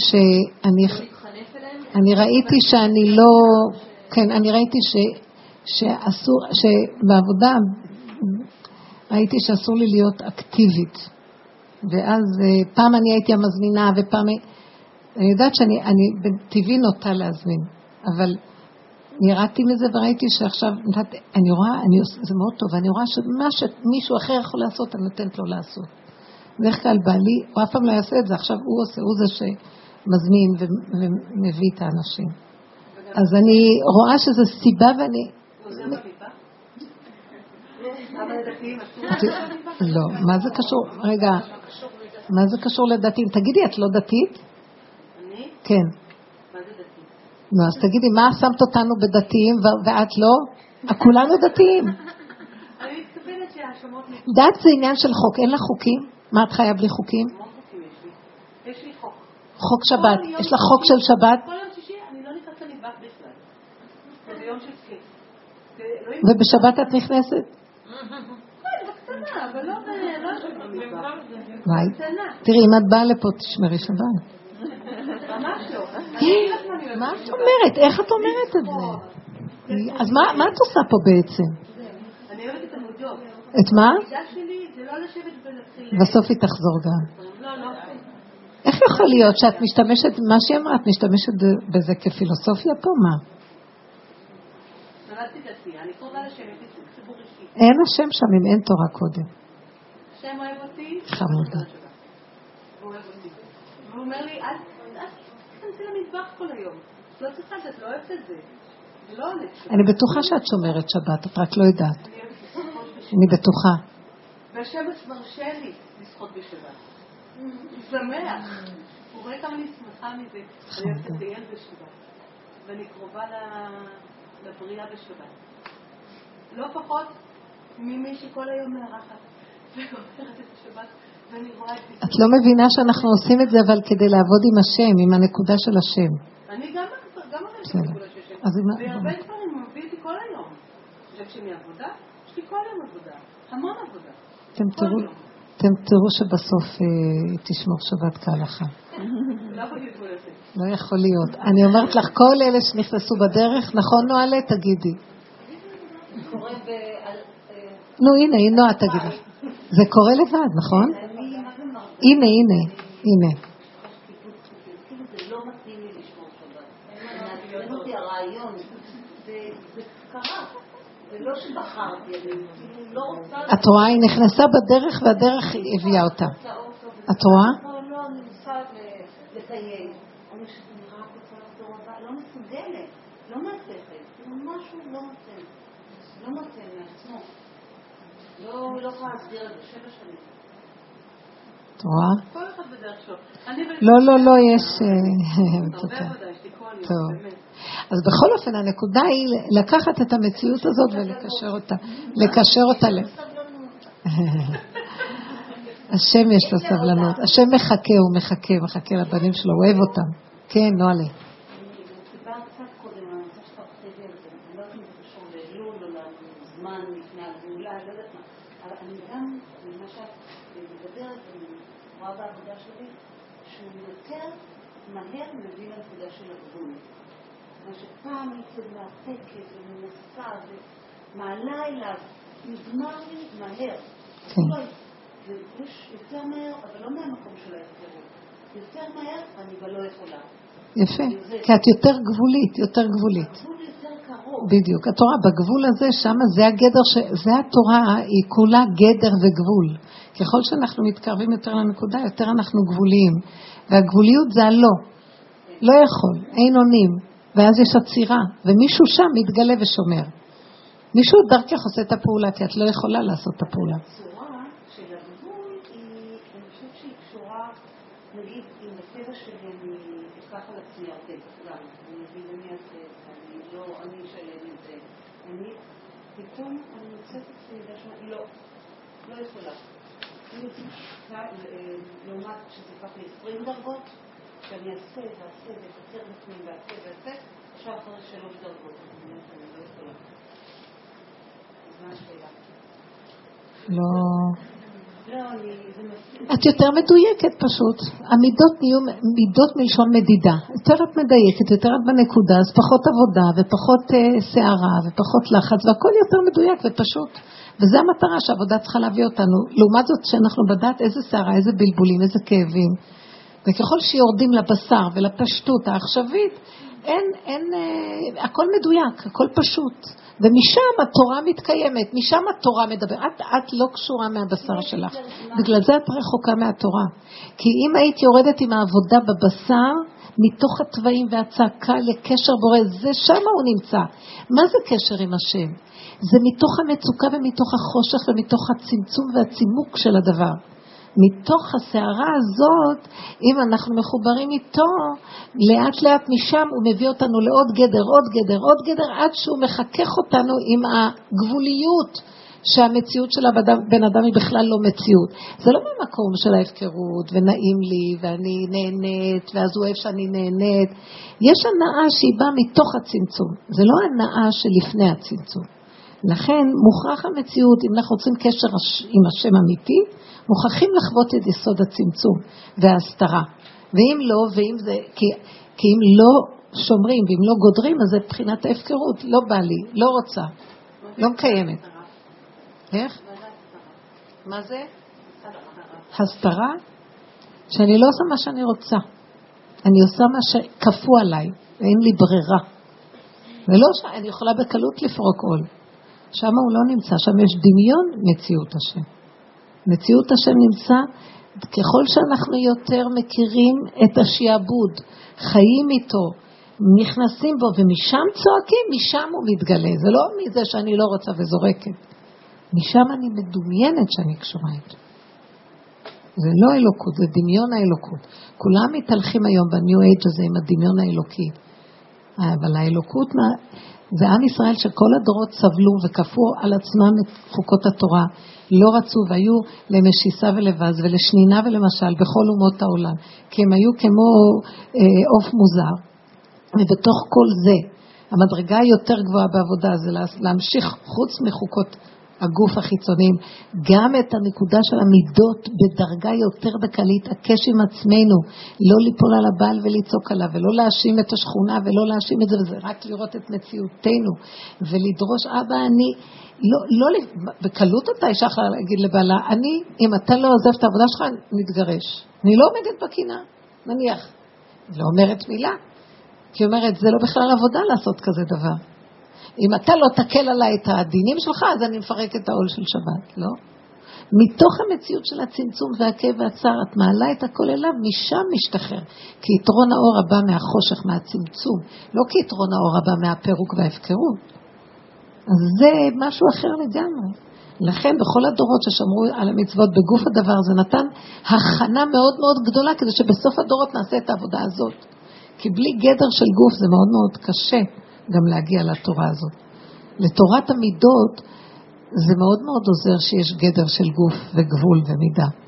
אני ראיתי שאני לא, כן, אני ראיתי שאסור, שבעבודה ראיתי שאסור לי להיות אקטיבית. ואז פעם אני הייתי המזמינה ופעם אני יודעת שאני בטבעי נוטה להזמין, אבל נראיתי מזה וראיתי שעכשיו אני רואה, זה מאוד טוב, אני רואה שמה שמישהו אחר יכול לעשות אני נותנת לו לעשות. בדרך כלל בעלי, הוא אף פעם לא יעשה את זה, עכשיו הוא עושה, הוא זה שמזמין ומביא את האנשים. אז אני רואה שזה סיבה ואני... הוא עוזר בביבה? אבל דתיים, לא, מה זה קשור? רגע, מה זה קשור לדתיים? תגידי, את לא דתית? אני? כן. מה זה דתית? נו, אז תגידי, מה שמת אותנו בדתיים ואת לא? כולנו דתיים. אני מתכוונת שהשמות... דת זה עניין של חוק, אין לה חוקים? מה את חיה בלי חוקים? מה חוקים יש לי? יש לי חוק. חוק שבת. יש לך חוק של שבת? כל יום שישי אני לא נכנסת למטבח בכלל. זה יום של צלי. ובשבת את נכנסת? כן, בקטנה, אבל לא במטבח. תראי, אם את באה לפה תשמרי שבת. ממש לא. מה את אומרת? איך את אומרת את זה? אז מה את עושה פה בעצם? אני אוהבת את המודות. את מה? המידה שלי זה לא לשבת ולהתחיל... בסוף היא תחזור גם. לא. איך יכול להיות שאת משתמשת, מה שהיא אמרה, את משתמשת בזה כפילוסופיה פה? מה? נולדתי דתי, אני קרובה לשם, יש לי ציבור אישי. אין השם שם אם אין תורה קודם. השם אוהב אותי. חמודה. הוא אוהב אותי. והוא אומר לי, אל תכנסי למטבח כל היום. לא צריכה, את לא אוהבת את זה. זה לא הולך. אני בטוחה שאת שומרת שבת, את רק לא יודעת. אני בטוחה. והשם מרשה לי לשחות בשבת. הוא שמח. הוא רואה כמה אני שמחה מזה. אני אוהבת לטייל בשבת. ואני קרובה לבריאה בשבת. לא פחות ממי שכל היום מארחת. ועוברת את השבת. ואני רואה את זה. את לא מבינה שאנחנו עושים את זה, אבל כדי לעבוד עם השם, עם הנקודה של השם. אני גם אומרת את הנקודה של השם. והרבה דברים הוא מביא אותי כל היום. וכשאני עבודה, יש לי כל יום עבודה. המון עבודה. אתם תראו שבסוף תשמור שבת כהלכה. לא יכול להיות. אני אומרת לך, כל אלה שנכנסו בדרך, נכון נועלה? תגידי. נו הנה, נועה תגיד לך. זה קורה לבד, נכון? הנה. זה לא מתאים לי לשמור שבת. מעצבן אותי הרעיון. זה קרה. זה לא שבחרתי, אני לא רוצה... את רואה, היא נכנסה בדרך והדרך הביאה אותה. את רואה? לא, אני רוצה לטייל. אני נראה רוצה לחזור הבא, לא מסוגלת, לא מהצפת. משהו לא נותן מעצמו. לא יכולה להסביר את זה 7 שנים. את רואה? כל אחד בדרך שלו. לא, יש... טוב. אז בכל אופן הנקודה היא לקחת את המציאות הזאת ולקשר אותה. השם יש לו סבלנות. השם מחכה, הוא מחכה לבנים שלו, הוא אוהב אותם. כן, נועלה. אני דיבר קצת קודם, אני רוצה שאתה חושב על זה. אני לא יודעת אם זה קשור לאלול או לזמן לפני הגאולה, אני לא יודעת מה. אבל אני גם, ממה שאת מדברת, אני רואה בעבודה שלי, שהוא יותר מהר מבין הנקודה של הגבול. מה שפעם הייתי מעתקת ומנסה ומעלה אליו, נגמר לי מהר. יש יותר מהר, אבל לא מהמקום של ההפקרות. יותר מהר, אני אבל לא יכולה. יפה, כי את יותר גבולית. הגבול יותר קרוב. בדיוק, התורה בגבול הזה, שם זה הגדר, זה התורה, היא כולה גדר וגבול. ככל שאנחנו מתקרבים יותר לנקודה, יותר אנחנו גבוליים. והגבוליות זה הלא. לא יכול, אין עונים. ואז יש עצירה, ומישהו שם מתגלה ושומר. מישהו דרכך עושה את הפעולה, כי את לא יכולה לעשות את הפעולה. הצורה של הגבול היא, אני חושבת שהיא קשורה, נגיד, אם בטבע שלי אני אקח על עצמי הרבה, גם, אני אגיד, אני אעשה את זה, אני אשלם את זה, פתאום אני מוצאת את זה, לא יכולה. לעומת שזה הפך ל-20 דרגות, שאני אעשה וקצר בפנים ועשה, עכשיו אחרי 3 דרגות, אני לא יכולה. את יותר מדויקת פשוט. המידות נהיו מידות מלשון מדידה. יותר את מדייקת, יותר את בנקודה, אז פחות עבודה ופחות שערה ופחות לחץ, והכל יותר מדויק ופשוט. וזה המטרה שהעבודה צריכה להביא אותנו. לעומת זאת שאנחנו בדעת איזה שערה, איזה בלבולים, איזה כאבים. וככל שיורדים לבשר ולפשטות העכשווית, הכל מדויק, הכל פשוט. ומשם התורה מתקיימת, משם התורה מדברת. את לא קשורה מהבשר שלך. בגלל זה את רחוקה מהתורה. כי אם היית יורדת עם העבודה בבשר, מתוך הטבעים והצעקה לקשר בורא, זה שם הוא נמצא. מה זה קשר עם השם? זה מתוך המצוקה ומתוך החושך ומתוך הצמצום והצימוק של הדבר. מתוך הסערה הזאת, אם אנחנו מחוברים איתו, לאט לאט משם הוא מביא אותנו לעוד גדר, עוד גדר, עד שהוא מחכך אותנו עם הגבוליות, שהמציאות של הבן אדם היא בכלל לא מציאות. זה לא במקום של ההפקרות, ונעים לי, ואני נהנית, ואז הוא אוהב שאני נהנית. יש הנאה שהיא באה מתוך הצמצום. זה לא הנאה שלפני הצמצום. לכן מוכרח המציאות, אם אנחנו רוצים קשר עם השם אמיתי, מוכרחים לחוות את יסוד הצמצום וההסתרה. ואם לא, כי אם לא שומרים ואם לא גודרים, אז זה בחינת ההפקרות. לא בא לי, לא רוצה, לא מקיימת. איך? מה זה? הסתרה? שאני לא עושה מה שאני רוצה. אני עושה מה שכפו עליי, ואין לי ברירה. ולא שאני יכולה בקלות לפרוק עול. שם הוא לא נמצא, שם יש דמיון מציאות השם. מציאות השם נמצא, ככל שאנחנו יותר מכירים את השיעבוד, חיים איתו, נכנסים בו ומשם צועקים, משם הוא מתגלה. זה לא מזה שאני לא רוצה וזורקת. משם אני מדומיינת שאני קשורה איתו. זה לא אלוקות, זה דמיון האלוקות. כולם מתהלכים היום בניו אייג' הזה עם הדמיון האלוקי. אבל האלוקות, זה עם ישראל שכל הדורות סבלו וכפו על עצמם את חוקות התורה. לא רצו והיו למשיסה ולבז ולשנינה ולמשל בכל אומות העולם. כי הם היו כמו עוף מוזר. ובתוך כל זה, המדרגה היותר גבוהה בעבודה זה להמשיך חוץ מחוקות הגוף החיצוניים, גם את הנקודה של המידות בדרגה יותר דקה להתעקש עם עצמנו, לא ליפול על הבעל וליצוק עליו, ולא להאשים את השכונה ולא להאשים את זה, וזה רק לראות את מציאותנו, ולדרוש, אבא אני, בקלות אותה אישה יכולה להגיד לבעלה, אם אתה לא עוזב את העבודה שלך, נתגרש. אני לא עומדת בקינה, נניח. לא אומרת מילה, כי אומרת, זה לא בכלל עבודה לעשות כזה דבר. אם אתה לא תקל עליי את הדינים שלך, אז אני מפרק את העול של שבת, לא? מתוך המציאות של הצמצום והכאב והצער, את מעלה את הכל אליו, משם משתחרר. כי יתרון האור הבא מהחושך, מהצמצום, לא כי יתרון האור הבא מהפירוק וההפקרות. אז זה משהו אחר לגמרי. לכן בכל הדורות ששמרו על המצוות בגוף הדבר, זה נתן הכנה מאוד מאוד גדולה, כדי שבסוף הדורות נעשה את העבודה הזאת. כי בלי גדר של גוף זה מאוד מאוד קשה. גם להגיע לתורה הזאת. לתורת המידות זה מאוד מאוד עוזר שיש גדר של גוף וגבול ומידה.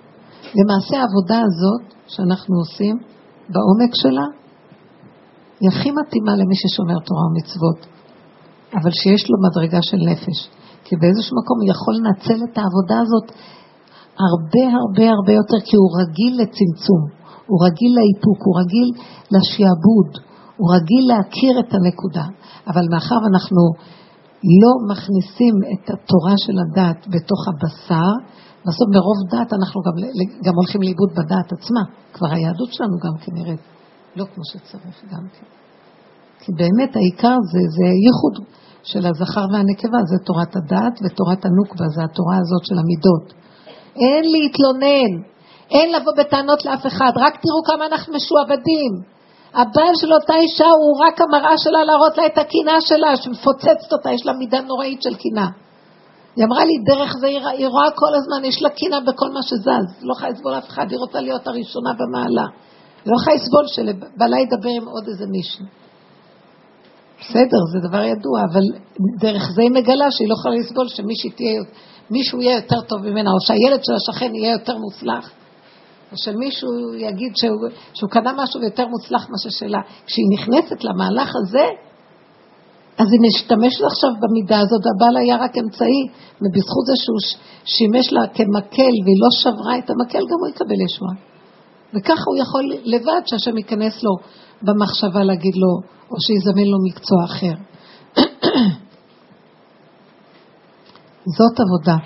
למעשה העבודה הזאת שאנחנו עושים בעומק שלה היא הכי מתאימה למי ששומר תורה ומצוות, אבל שיש לו מדרגה של נפש, כי באיזשהו מקום הוא יכול לנצל את העבודה הזאת הרבה הרבה הרבה יותר, כי הוא רגיל לצמצום, הוא רגיל לאיפוק, הוא רגיל לשיעבוד, הוא רגיל להכיר את הנקודה. אבל מאחר ואנחנו לא מכניסים את התורה של הדת בתוך הבשר, בסוף ברוב דת אנחנו גם הולכים לאיבוד בדת עצמה. כבר היהדות שלנו גם כנראה לא כמו שצריך גם כן. כי באמת העיקר זה ייחוד של הזכר והנקבה, זה תורת הדת ותורת הנוקבה, זה התורה הזאת של המידות. אין להתלונן, אין לבוא בטענות לאף אחד, רק תראו כמה אנחנו משועבדים. הבעל של אותה אישה הוא רק המראה שלה להראות לה את הקינה שלה, שמפוצצת אותה, יש לה מידה נוראית של קינה. היא אמרה לי, דרך זה היא רואה כל הזמן, יש לה קינה בכל מה שזז, לא יכולה לסבול אף אחד, היא רוצה להיות הראשונה במעלה. היא לא יכולה לסבול שבעלה ידבר עם עוד איזה מישהו. בסדר, זה דבר ידוע, אבל דרך זה היא מגלה שהיא לא יכולה לסבול שמישהו יהיה יותר טוב ממנה, או שהילד של השכן יהיה יותר מוצלח. או שמישהו יגיד שהוא קנה משהו יותר מוצלח מה ששלה. כשהיא נכנסת למהלך הזה, אז היא משתמשת עכשיו במידה הזאת, והבעל היה רק אמצעי, ובזכות זה שהוא שימש לה כמקל, והיא לא שברה את המקל, גם הוא יקבל ישועה. וככה הוא יכול לבד שהשם ייכנס לו במחשבה להגיד לו, או שיזמן לו מקצוע אחר. זאת עבודה.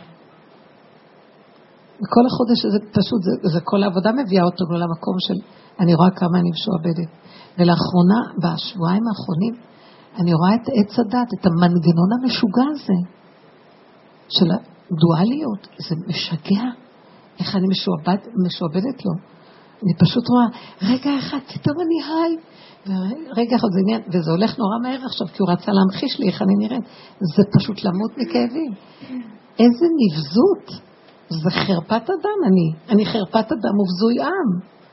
וכל החודש הזה פשוט, זה כל העבודה מביאה אותנו למקום של, אני רואה כמה אני משועבדת. ולאחרונה, בשבועיים האחרונים, אני רואה את עץ הדת, את המנגנון המשוגע הזה, של הדואליות. זה משגע. איך אני משועבדת לו. אני פשוט רואה, רגע אחד, פתאום אני היי. רגע אחד, זה עניין, וזה הולך נורא מהר עכשיו, כי הוא רצה להמחיש לי איך אני נראית. זה פשוט למות מכאבים. איזה נבזות. זה חרפת אדם, אני חרפת אדם ובזוי עם.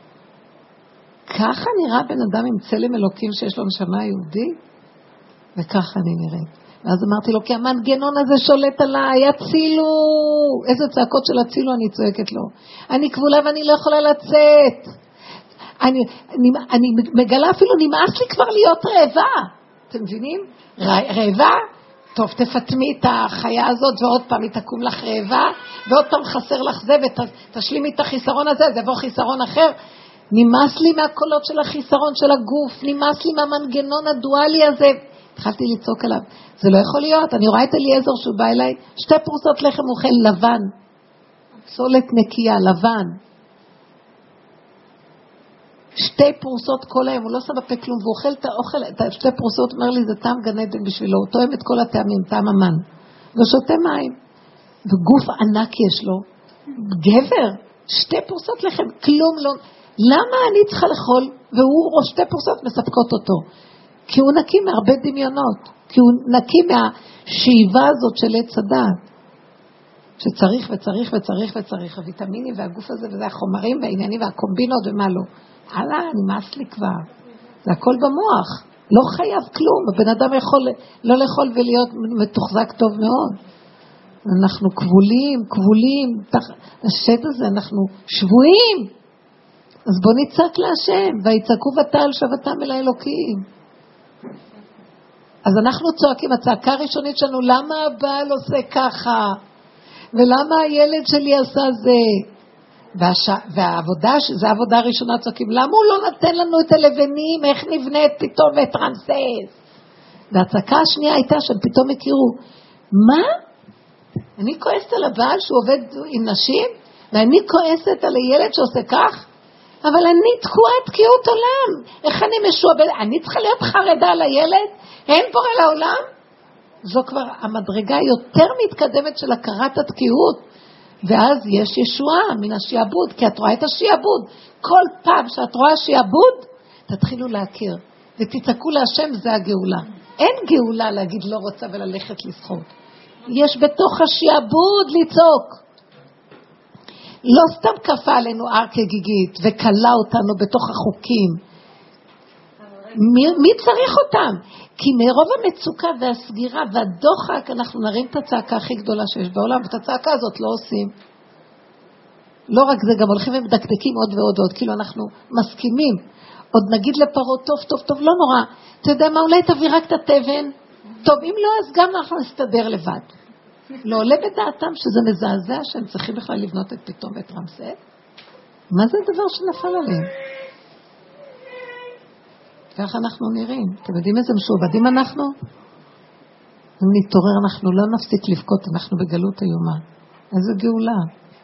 ככה נראה בן אדם עם צלם אלוקים שיש לו נשמה יהודי, וככה אני נראית. ואז אמרתי לו, כי המנגנון הזה שולט עליי, הצילו, איזה צעקות של הצילו אני צועקת לו. אני כבולה ואני לא יכולה לצאת. אני מגלה אפילו, נמאס לי כבר להיות רעבה. אתם מבינים? רעבה? טוב, תפתמי את החיה הזאת, ועוד פעם היא תקום לך רעבה, ועוד פעם חסר לך זה, ותשלימי את החיסרון הזה, זה בוא חיסרון אחר. נמאס לי מהקולות של החיסרון של הגוף, נמאס לי מהמנגנון הדואלי הזה. התחלתי לצעוק עליו, זה לא יכול להיות. אני רואה את אליעזר שהוא בא אליי, 2 פרוסות לחם אוכל לבן, סולת נקייה, לבן. 2 פרוסות כל היום, הוא לא שם בפה כלום, והוא אוכל את האוכל, את 2 פרוסות, אומר לי, זה טעם גן עדן בשבילו, הוא תואם את כל הטעמים, טעם המן, ושותה מים, וגוף ענק יש לו, גבר, 2 פרוסות לחם, כלום לא, למה אני צריכה לאכול, והוא 2 פרוסות מספקות אותו, כי הוא נקי מהרבה דמיונות, כי הוא נקי מהשאיבה הזאת של עץ הדעת, שצריך וצריך וצריך וצריך, הוויטמינים והגוף הזה, וזה החומרים והעניינים והקומבינות ומה לא, הלאה, נמאס לי כבר. זה הכל במוח. לא חייב כלום. הבן אדם יכול לא לאכול ולהיות מתוחזק טוב מאוד. אנחנו כבולים. השד הזה, אנחנו שבויים. אז בוא נצעק להשם. ויצעקו ותעל שבתם אל האלוקים. אז אנחנו צועקים, הצעקה הראשונית שלנו, למה הבעל עושה ככה? ולמה הילד שלי עשה זה? והעבודה, זו העבודה הראשונה צועקים, למה הוא לא נתן לנו את הלבנים, איך נבנית פתאום את רמסס? והצעקה השנייה הייתה שפתאום הכירו, מה? אני כועסת על הבעל שהוא עובד עם נשים, ואני כועסת על הילד שעושה כך, אבל אני תקועה תקיעות עולם, איך אני משועבדת? אני צריכה להיות חרדה על הילד? אין בורא לעולם? זו כבר המדרגה יותר מתקדמת של הכרת התקיעות, ואז יש ישועה מן השיעבוד, כי את רואה את השיעבוד. כל פעם שאת רואה שיעבוד, תתחילו להכיר. ותצעקו להשם, זה הגאולה. אין גאולה להגיד לא רוצה וללכת לסחוט. יש בתוך השיעבוד לצעוק. לא סתם כפה עלינו הר כגיגית, וקלה אותנו בתוך החוקים. מי צריך אותם? כי מרוב המצוקה והסגירה והדוחק אנחנו נרים את הצעקה הכי גדולה שיש בעולם, ואת הצעקה הזאת לא עושים. לא רק זה, גם הולכים ומדקדקים עוד ועוד עוד, כאילו אנחנו מסכימים. עוד נגיד לפרות, טוב, טוב, טוב, לא נורא. אתה יודע מה, אולי תביא רק את התבן? טוב, אם לא, אז גם אנחנו נסתדר לבד. לא עולה בדעתם שזה מזעזע שהם צריכים בכלל לבנות את פתאום ואת רמסס. מה זה הדבר שנפל עליהם? ככה אנחנו נראים. אתם יודעים איזה משועבדים אנחנו? אם נתעורר, אנחנו לא נפסיק לבכות, אנחנו בגלות איומה. איזה גאולה.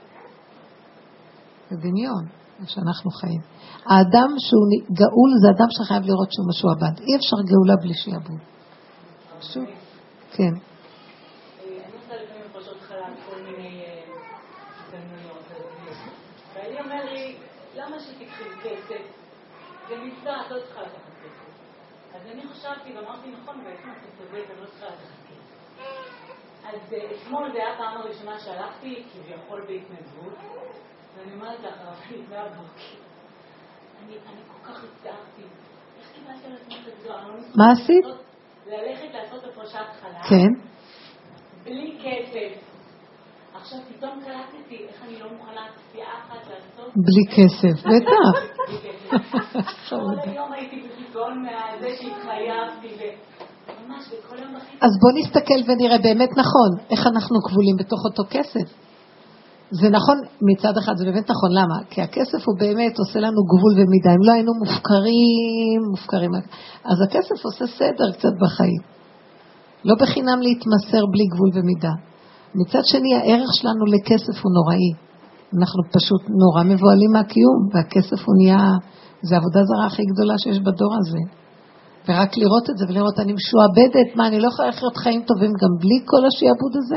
זה דמיון, שאנחנו חיים. האדם שהוא גאול זה אדם שחייב לראות שהוא משועבד. אי אפשר גאולה בלי שיעבוד. פשוט, כן. אני עושה לפעמים פרשות חלל, כל מיני הזדמנויות. ואני אומר לי, למה שתקחי כסף? זה מצווה, את לא צריכה לקחת כסף. אז אני חשבתי ואמרתי, נכון, בעצם את צודקת, אני לא צריכה לקחת כסף. אז אתמול זה היה הפעם הראשונה שהלכתי, כביכול בהתנדבות, ואני אומרת לך, הרבנית, זה הבוקר. אני כל כך הצטערתי. איך קיבלתי על עצמי את זה? מה עשית? ללכת לעשות הפרשת חלל. כן. בלי כסף. עכשיו פתאום קלטתי איך אני לא מוכנה צפייה אחת לעשות. בלי כסף, בטח. כל היום הייתי בגיגון מהזה שהתחייבתי וממש בכל יום וחצי. אז בוא נסתכל ונראה באמת נכון, איך אנחנו כבולים בתוך אותו כסף. זה נכון, מצד אחד זה באמת נכון, למה? כי הכסף הוא באמת עושה לנו גבול ומידה, אם לא היינו מופקרים. אז הכסף עושה סדר קצת בחיים. לא בחינם להתמסר בלי גבול ומידה. מצד שני, הערך שלנו לכסף הוא נוראי. אנחנו פשוט נורא מבועלים מהקיום, והכסף הוא נהיה, זה העבודה זרה הכי גדולה שיש בדור הזה. ורק לראות את זה ולראות, אני משועבדת, מה, אני לא יכולה לחיות חיים טובים גם בלי כל השיעבוד הזה?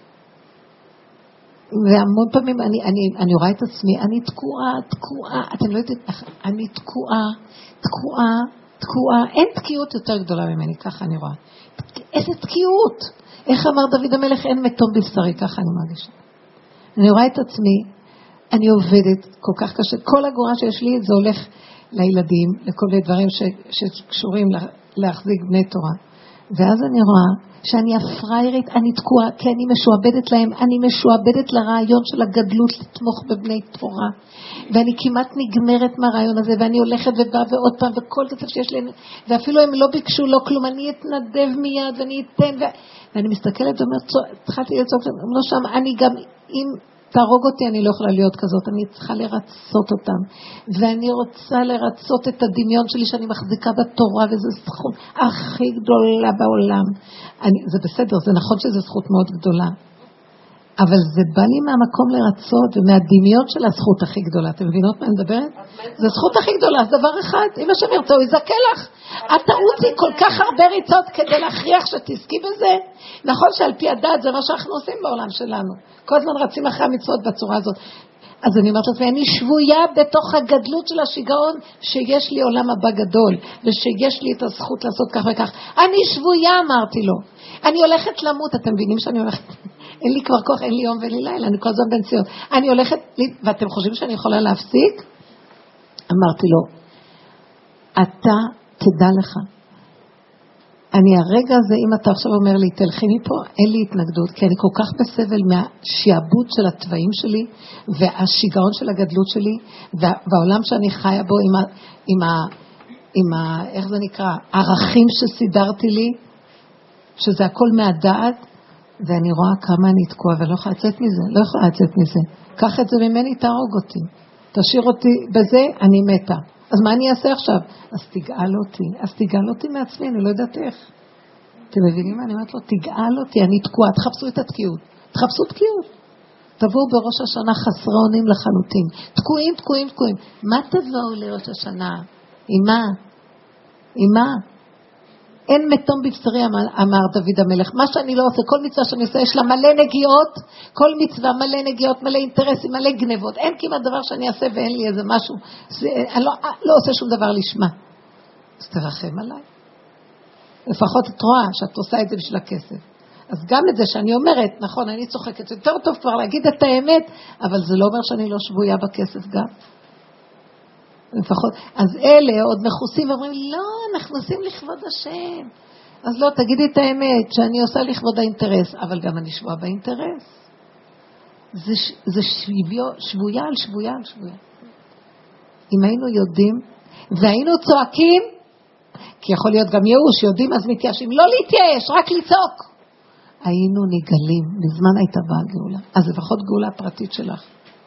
והמון פעמים אני רואה את עצמי, אני תקועה, אתם לא יודעים, אני תקועה, אין תקיעות יותר גדולה ממני, ככה אני רואה. איזה תקיעות! איך אמר דוד המלך, אין מתום בבשרי, ככה אני מרגישה. אני רואה את עצמי, אני עובדת כל כך קשה, כל הגורה שיש לי זה הולך לילדים, לכל מיני דברים שקשורים להחזיק בני תורה. ואז אני רואה שאני הפריירית, אני תקועה, כי אני משועבדת להם, אני משועבדת לרעיון של הגדלות לתמוך בבני תורה. ואני כמעט נגמרת מהרעיון הזה, ואני הולכת ובאה ועוד פעם, וכל כסף שיש לי, ואפילו הם לא ביקשו, לא כלום, אני אתנדב מיד, ואני אתן, ואני מסתכלת ואומרת, התחלתי לצעוק, לא שם, אני גם, אם תהרוג אותי, אני לא יכולה להיות כזאת, אני צריכה לרצות אותם, ואני רוצה לרצות את הדמיון שלי שאני מחזיקה בתורה, וזו זכות הכי גדולה בעולם. זה בסדר, זה נכון שזו זכות מאוד גדולה, אבל זה בא לי מהמקום לרצות, ומהדמיון של הזכות הכי גדולה. אתם מבינות מה אני מדברת? זו זכות הכי גדולה, זה דבר אחד, אם השם ירצה, הוא יזכה לך. את תרוצי כל כך הרבה ריצות כדי להכריח שתזכי בזה. נכון שעל פי הדעת זה מה שאנחנו עושים בעולם שלנו. כל הזמן רצים אחרי המצוות בצורה הזאת. אז אני אומרת לעצמי, אני שבויה בתוך הגדלות של השיגעון, שיש לי עולם הבא גדול, ושיש לי את הזכות לעשות כך וכך. אני שבויה, אמרתי לו. אני הולכת למות, אתם מבינים שאני הולכת... אין לי כבר כוח, אין לי יום ואין לי לילה, אני כל הזמן בן ציון. אני הולכת, ואתם חושבים שאני יכולה להפסיק? אמרתי לו, אתה תדע לך. אני הרגע הזה, אם אתה עכשיו אומר לי, תלכי מפה, אין לי התנגדות, כי אני כל כך בסבל מהשיעבוד של הטבעים שלי, והשיגעון של הגדלות שלי, והעולם שאני חיה בו איך זה נקרא, ערכים שסידרתי לי, שזה הכל מהדעת, ואני רואה כמה אני תקועה, ולא יכולה לצאת מזה, לא יכולה לצאת מזה. קח את זה ממני, תהרוג אותי. תשאיר אותי בזה, אני מתה. אז מה אני אעשה עכשיו? אז תגאל אותי מעצמי, אני לא יודעת איך. אתם מבינים מה? אני אומרת לו, תגאל אותי, אני תקועה, תחפשו את התקיעות. תחפשו תקיעות. תבואו בראש השנה חסרי אונים לחלוטין. תקועים. מה תבואו לראש השנה? עם מה? אין מתום בבשרי, אמר דוד המלך. מה שאני לא עושה, כל מצווה שאני עושה, יש לה מלא נגיעות, כל מצווה מלא נגיעות, מלא אינטרסים, מלא גנבות. אין כמעט דבר שאני אעשה ואין לי איזה משהו. אני לא עושה שום דבר לשמה. אז תרחם עליי. לפחות את רואה שאת עושה את זה בשביל הכסף. אז גם את זה שאני אומרת, נכון, אני צוחקת, יותר טוב כבר להגיד את האמת, אבל זה לא אומר שאני לא שבויה בכסף גם. לפחות, אז אלה עוד מחוסים ואומרים, לא, אנחנו עושים לכבוד השם. אז לא, תגידי את האמת, שאני עושה לכבוד האינטרס, אבל גם אני שבועה באינטרס. זה שבויה על שבויה על שבויה. אם היינו יודעים, והיינו צועקים, כי יכול להיות גם ייאוש, יודעים אז מתייאשים, לא להתייאש, רק לצעוק. היינו נגלים, בזמן הייתה באה גאולה. אז לפחות גאולה פרטית שלך.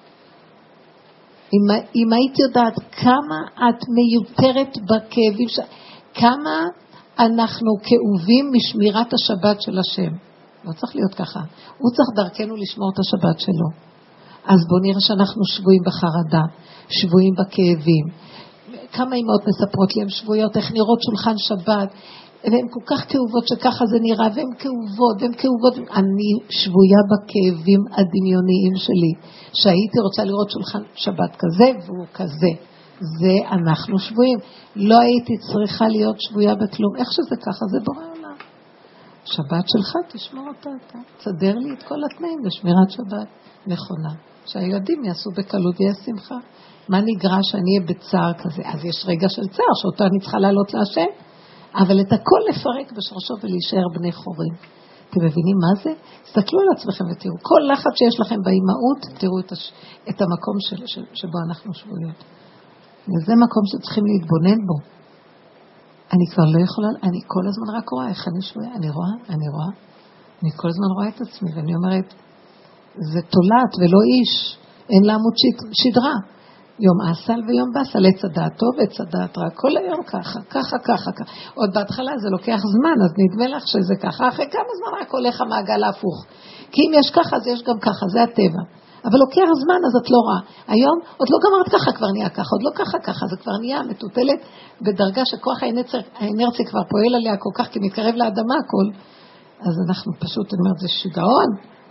אם היית יודעת כמה את מיותרת בכאבים, כמה אנחנו כאובים משמירת השבת של השם. לא צריך להיות ככה. הוא צריך דרכנו לשמור את השבת שלו. אז בואו נראה שאנחנו שבויים בחרדה, שבויים בכאבים. כמה אמהות מספרות לי, הן שבויות, איך נראות שולחן שבת, והן כל כך כאובות שככה זה נראה, והן כאובות. אני שבויה בכאבים הדמיוניים שלי, שהייתי רוצה לראות שולחן שבת כזה והוא כזה. זה אנחנו שבויים. לא הייתי צריכה להיות שבויה בכלום. איך שזה ככה, זה בורא עולם. שבת שלך, תשמור אותה. תסדר לי את כל התנאים לשמירת שבת נכונה. שהילדים יעשו בקלות ויש שמחה. מה נגרע שאני אהיה בצער כזה? אז יש רגע של צער שאותו אני צריכה לעלות להשם. אבל את הכל לפרק בשורשו ולהישאר בני חורים. אתם מבינים מה זה? תסתכלו על עצמכם ותראו. כל לחץ שיש לכם באימהות, תראו את המקום שבו אנחנו שבויות. וזה מקום שצריכים להתבונן בו. אני כבר לא יכולה, אני כל הזמן רק רואה איך אני שבויה. אני רואה. אני כל הזמן רואה את עצמי ואני אומרת, זה תולעת ולא איש. אין לה עמוד שדרה. יום אסל ויום בסל, עץ הדעת טוב, עץ הדעת רע, כל היום ככה. עוד בהתחלה זה לוקח זמן, אז נדמה לך שזה ככה, אחרי כמה זמן רק הולך המעגל ההפוך. כי אם יש ככה, אז יש גם ככה, זה הטבע. אבל לוקח זמן, אז את לא רואה. היום עוד לא גמרת ככה, כבר נהיה ככה, עוד לא ככה, זה כבר נהיה מטוטלת בדרגה שכוח האנרציה כבר פועל עליה כל כך, כי מתקרב לאדמה הכל. אז אנחנו פשוט, אני אומרת, זה שיגעון.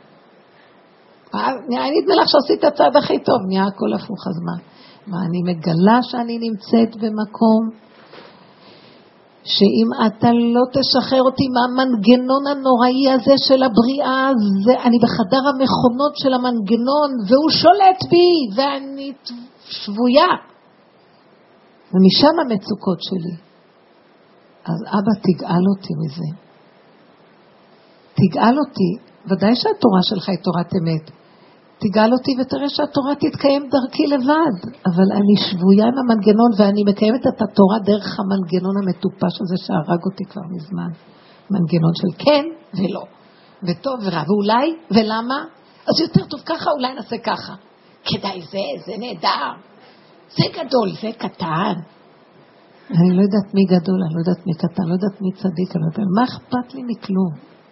נדמה לך שעשית את הצעד הכי טוב, נהיה הכל הפוך, אז מה אני מגלה שאני נמצאת במקום שאם אתה לא תשחרר אותי מהמנגנון הנוראי הזה של הבריאה, אני בחדר המכונות של המנגנון והוא שולט בי ואני שבויה. ומשם המצוקות שלי. אז אבא תגאל אותי מזה. תגאל אותי, ודאי שהתורה שלך היא תורת אמת. תגאל אותי ותראה שהתורה תתקיים דרכי לבד. אבל אני שבויה עם המנגנון ואני מקיימת את התורה דרך המנגנון המטופש הזה שהרג אותי כבר מזמן. מנגנון של כן ולא. וטוב ורע. ואולי ולמה? אז יותר טוב ככה, אולי נעשה ככה. כדאי זה נהדר. זה גדול, זה קטן. אני לא יודעת מי גדול, אני לא יודעת מי קטן, לא יודעת מי צדיק. מה אכפת לי מכלום?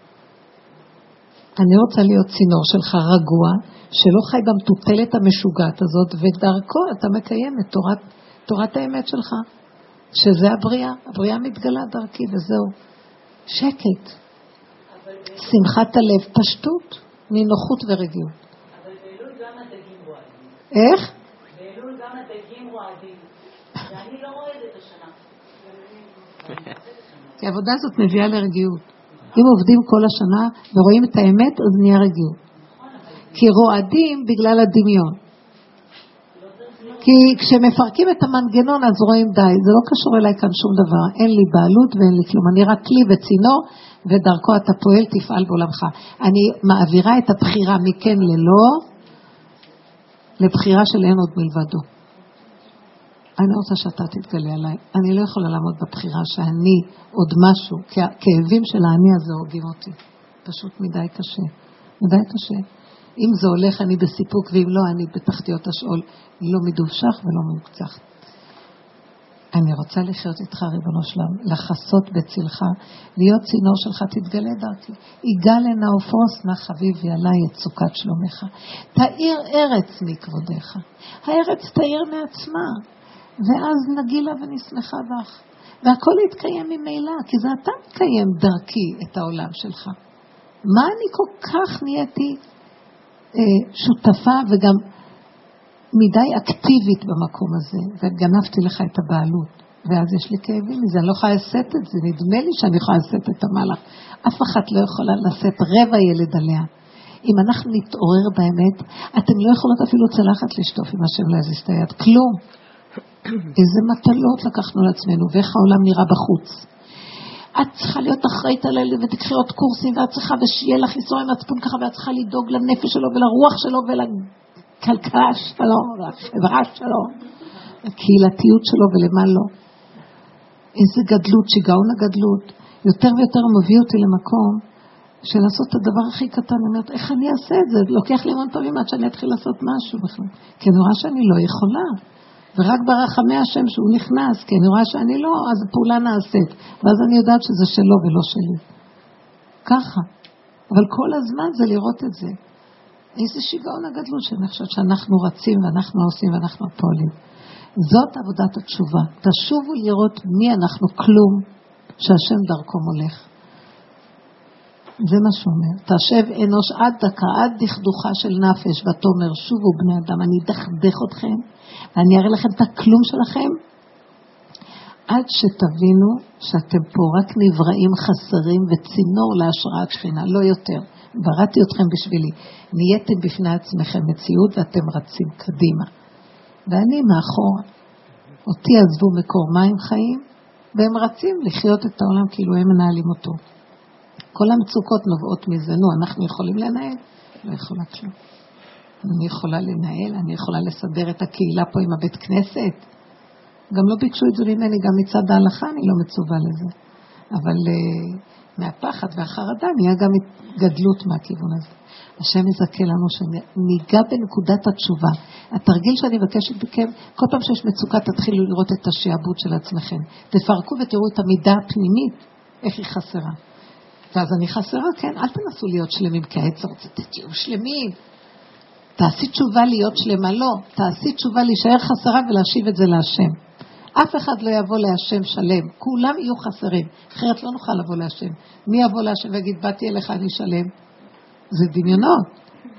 אני רוצה להיות צינור שלך רגוע, שלא חי במטוטלת המשוגעת הזאת, ודרכו אתה מקיים את תורת האמת שלך, שזה הבריאה מתגלה דרכי, וזהו. שקט, שמחת הלב, פשטות, נינוחות ורגיעות. אבל באלול גם הדגים רועדים. איך? באלול גם הדגים רועדים. ואני לא רועדת השנה. כי העבודה הזאת מביאה לרגיעות. אם עובדים כל השנה ורואים את האמת, אז נהיה רגיעות. כי רועדים בגלל הדמיון. כי כשמפרקים את המנגנון אז רואים די, זה לא קשור אליי כאן שום דבר, אין לי בעלות ואין לי כלום, אני רק כלי וצינור ודרכו אתה פועל תפעל בעולמך. אני מעבירה את הבחירה מכן ללא, לבחירה של אין עוד מלבדו. אני רוצה שאתה תתגלה עליי, אני לא יכולה לעמוד בבחירה שאני עוד משהו, כי הכאבים של האני הזה הורגים אותי, פשוט מדי קשה. אם זה הולך אני בסיפוק, ואם לא אני בתחתיות השאול, לא מדובשך ולא מוקצח. אני רוצה לחיות איתך ריבונו שלם, לחסות בצלך, להיות צינור שלך, תתגלה דרכי. יגאל הנה ופרוס נא חביבי עליי את סוכת שלומך. תאיר ארץ מכבודך. הארץ תאיר מעצמה, ואז נגילה ונשמחה בך. והכל יתקיים ממילא, כי זה אתה מקיים דרכי את העולם שלך. מה אני כל כך נהייתי שותפה וגם מדי אקטיבית במקום הזה, וגנבתי לך את הבעלות, ואז יש לי כאבים מזה, אני לא יכולה לשאת את זה, נדמה לי שאני יכולה לשאת את המלאך, אף אחת לא יכולה לשאת רבע ילד עליה. אם אנחנו נתעורר באמת, אתם לא יכולות אפילו צלחת לשטוף עם השם להזיז את היד, כלום. איזה מטלות לקחנו לעצמנו, ואיך העולם נראה בחוץ. את צריכה להיות אחראית על הילד ותקחי עוד קורסים, ואת צריכה ושיהיה לך לנסוע עם עצפון ככה, ואת צריכה לדאוג לנפש שלו ולרוח שלו ולכלכלה שלו ולחברה שלו, לקהילתיות שלו ולמה לא. איזה גדלות, שיגעון הגדלות. יותר ויותר מביא אותי למקום של לעשות את הדבר הכי קטן. אני אומרת, איך אני אעשה את זה? לוקח לי המון פעמים עד שאני אתחיל לעשות משהו בכלל. כי אני רואה שאני לא יכולה. ורק ברחמי השם שהוא נכנס, כי אני רואה שאני לא, אז הפעולה נעשית. ואז אני יודעת שזה שלו ולא שלי. ככה. אבל כל הזמן זה לראות את זה. איזה שיגעון הגדלות שאני חושבת שאנחנו רצים ואנחנו עושים ואנחנו פועלים. זאת עבודת התשובה. תשובו לראות מי אנחנו כלום, שהשם דרכו מולך. זה מה שאומר. תשב אנוש עד דקה, עד דכדוכה של נפש, ותאמר שובו בני אדם, אני דכדך אתכם, ואני אראה לכם את הכלום שלכם, עד שתבינו שאתם פה רק נבראים חסרים וצינור להשראת שכינה, לא יותר. בראתי אתכם בשבילי. נהייתם בפני עצמכם מציאות ואתם רצים קדימה. ואני מאחור, אותי עזבו מקור מים חיים, והם רצים לחיות את העולם כאילו הם מנהלים אותו. כל המצוקות נובעות מזה. נו, אנחנו יכולים לנהל? לא יכולה כלום. אני יכולה לנהל, אני יכולה לסדר את הקהילה פה עם הבית כנסת. גם לא ביקשו את זה ממני, גם מצד ההלכה אני לא מצווה לזה. אבל מהפחד והחרדה נהיה גם גדלות מהכיוון הזה. השם יזכה לנו שניגע בנקודת התשובה. התרגיל שאני מבקשת בכם, כל פעם שיש מצוקה תתחילו לראות את השעבוד של עצמכם. תפרקו ותראו את המידה הפנימית, איך היא חסרה. ואז אני חסרה, כן, אל תנסו להיות שלמים, כי העצר תהיו שלמים. תעשי תשובה להיות שלמה, לא. תעשי תשובה להישאר חסרה ולהשיב את זה להשם. אף אחד לא יבוא להשם שלם, כולם יהיו חסרים, אחרת לא נוכל לבוא להשם. מי יבוא להשם ויגיד, באתי אליך, אני שלם? זה דמיונות.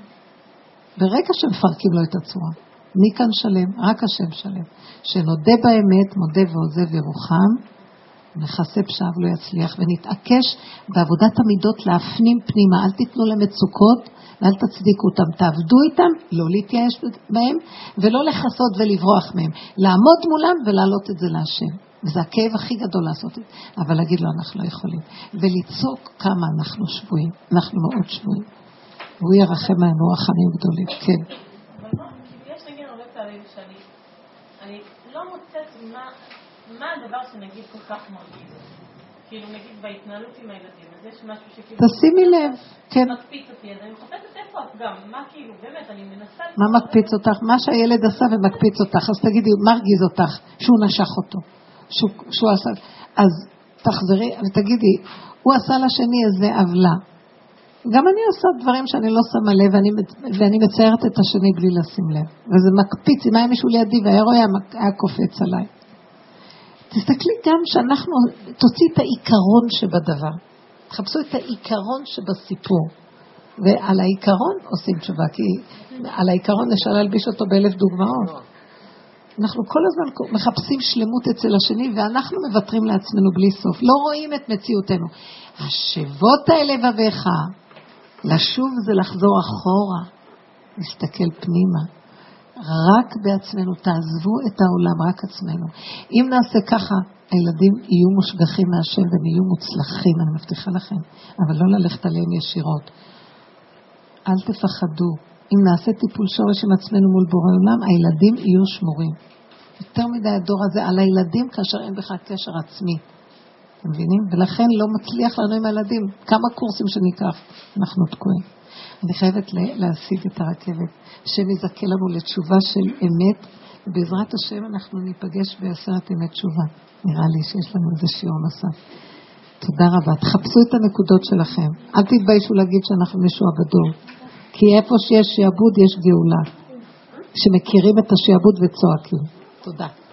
ברגע שמפרקים לו את הצורה, מי כאן שלם? רק השם שלם. שנודה באמת, מודה ועוזב ורוחם, נכסה פשעיו לא יצליח, ונתעקש בעבודת המידות להפנים פנימה, אל תיתנו למצוקות, ואל תצדיקו אותם, תעבדו איתם, לא להתייאש בהם, ולא לחסות ולברוח מהם, לעמוד מולם ולהעלות את זה להשם. וזה הכאב הכי גדול לעשות את זה, אבל להגיד לו אנחנו לא יכולים, וליצוק כמה אנחנו שבועים, אנחנו מאוד שבועים. והוא ירחם עלינו רחמים גדולים, כן. אבל לא, יש נגיד הרבה פעמים שאני לא מוצאת מה הדבר שנגיד כל כך מרגיז. כאילו נגיד בהתנהלות עם הילדים, אז יש משהו שכאילו... תשימי לב, כן. מקפיץ אותי, אז אני מחפשת איפה את גם, מה כאילו, באמת, אני מנסה... מה מקפיץ אותך? מה שהילד עשה ומקפיץ אותך, אז תגידי, מה הרגיז אותך? שהוא נשך אותו, שהוא עשה... אז תחזרי ותגידי, הוא עשה לשני איזה עוולה. גם אני עושה דברים שאני לא שמה לב, ואני מציירת את השני בלי לשים לב. וזה מקפיץ, אם היה מישהו לידי והיה רואה, היה קופץ עליי. תסתכלי גם שאנחנו, תוציא את העיקרון שבדבר. תחפשו את העיקרון שבסיפור. ועל העיקרון עושים תשובה, כי על העיקרון אפשר להלביש אותו ב1000 דוגמאות. אנחנו כל הזמן מחפשים שלמות אצל השני, ואנחנו מוותרים לעצמנו בלי סוף. לא רואים את מציאותנו. השבות האלה לבביך, לשוב זה לחזור אחורה, להסתכל פנימה. רק בעצמנו, תעזבו את העולם, רק עצמנו. אם נעשה ככה, הילדים יהיו מושגחים מהשם והם יהיו מוצלחים, אני מבטיחה לכם, אבל לא ללכת עליהם ישירות. אל תפחדו. אם נעשה טיפול שורש עם עצמנו מול בורא עולם, הילדים יהיו שמורים. יותר מדי הדור הזה על הילדים כאשר אין בכלל קשר עצמי. אתם מבינים? ולכן לא מצליח לנו עם הילדים. כמה קורסים שניקח, אנחנו תקועים. אני חייבת להשיג את הרכבת. השם יזכה לנו לתשובה של אמת, ובעזרת השם אנחנו ניפגש ב10 ימי תשובה. נראה לי שיש לנו איזה שיעור נוסף. תודה רבה. תחפשו את הנקודות שלכם. אל תתביישו להגיד שאנחנו משועבדות. כי איפה שיש שיעבוד יש גאולה. שמכירים את השיעבוד וצועקים. תודה.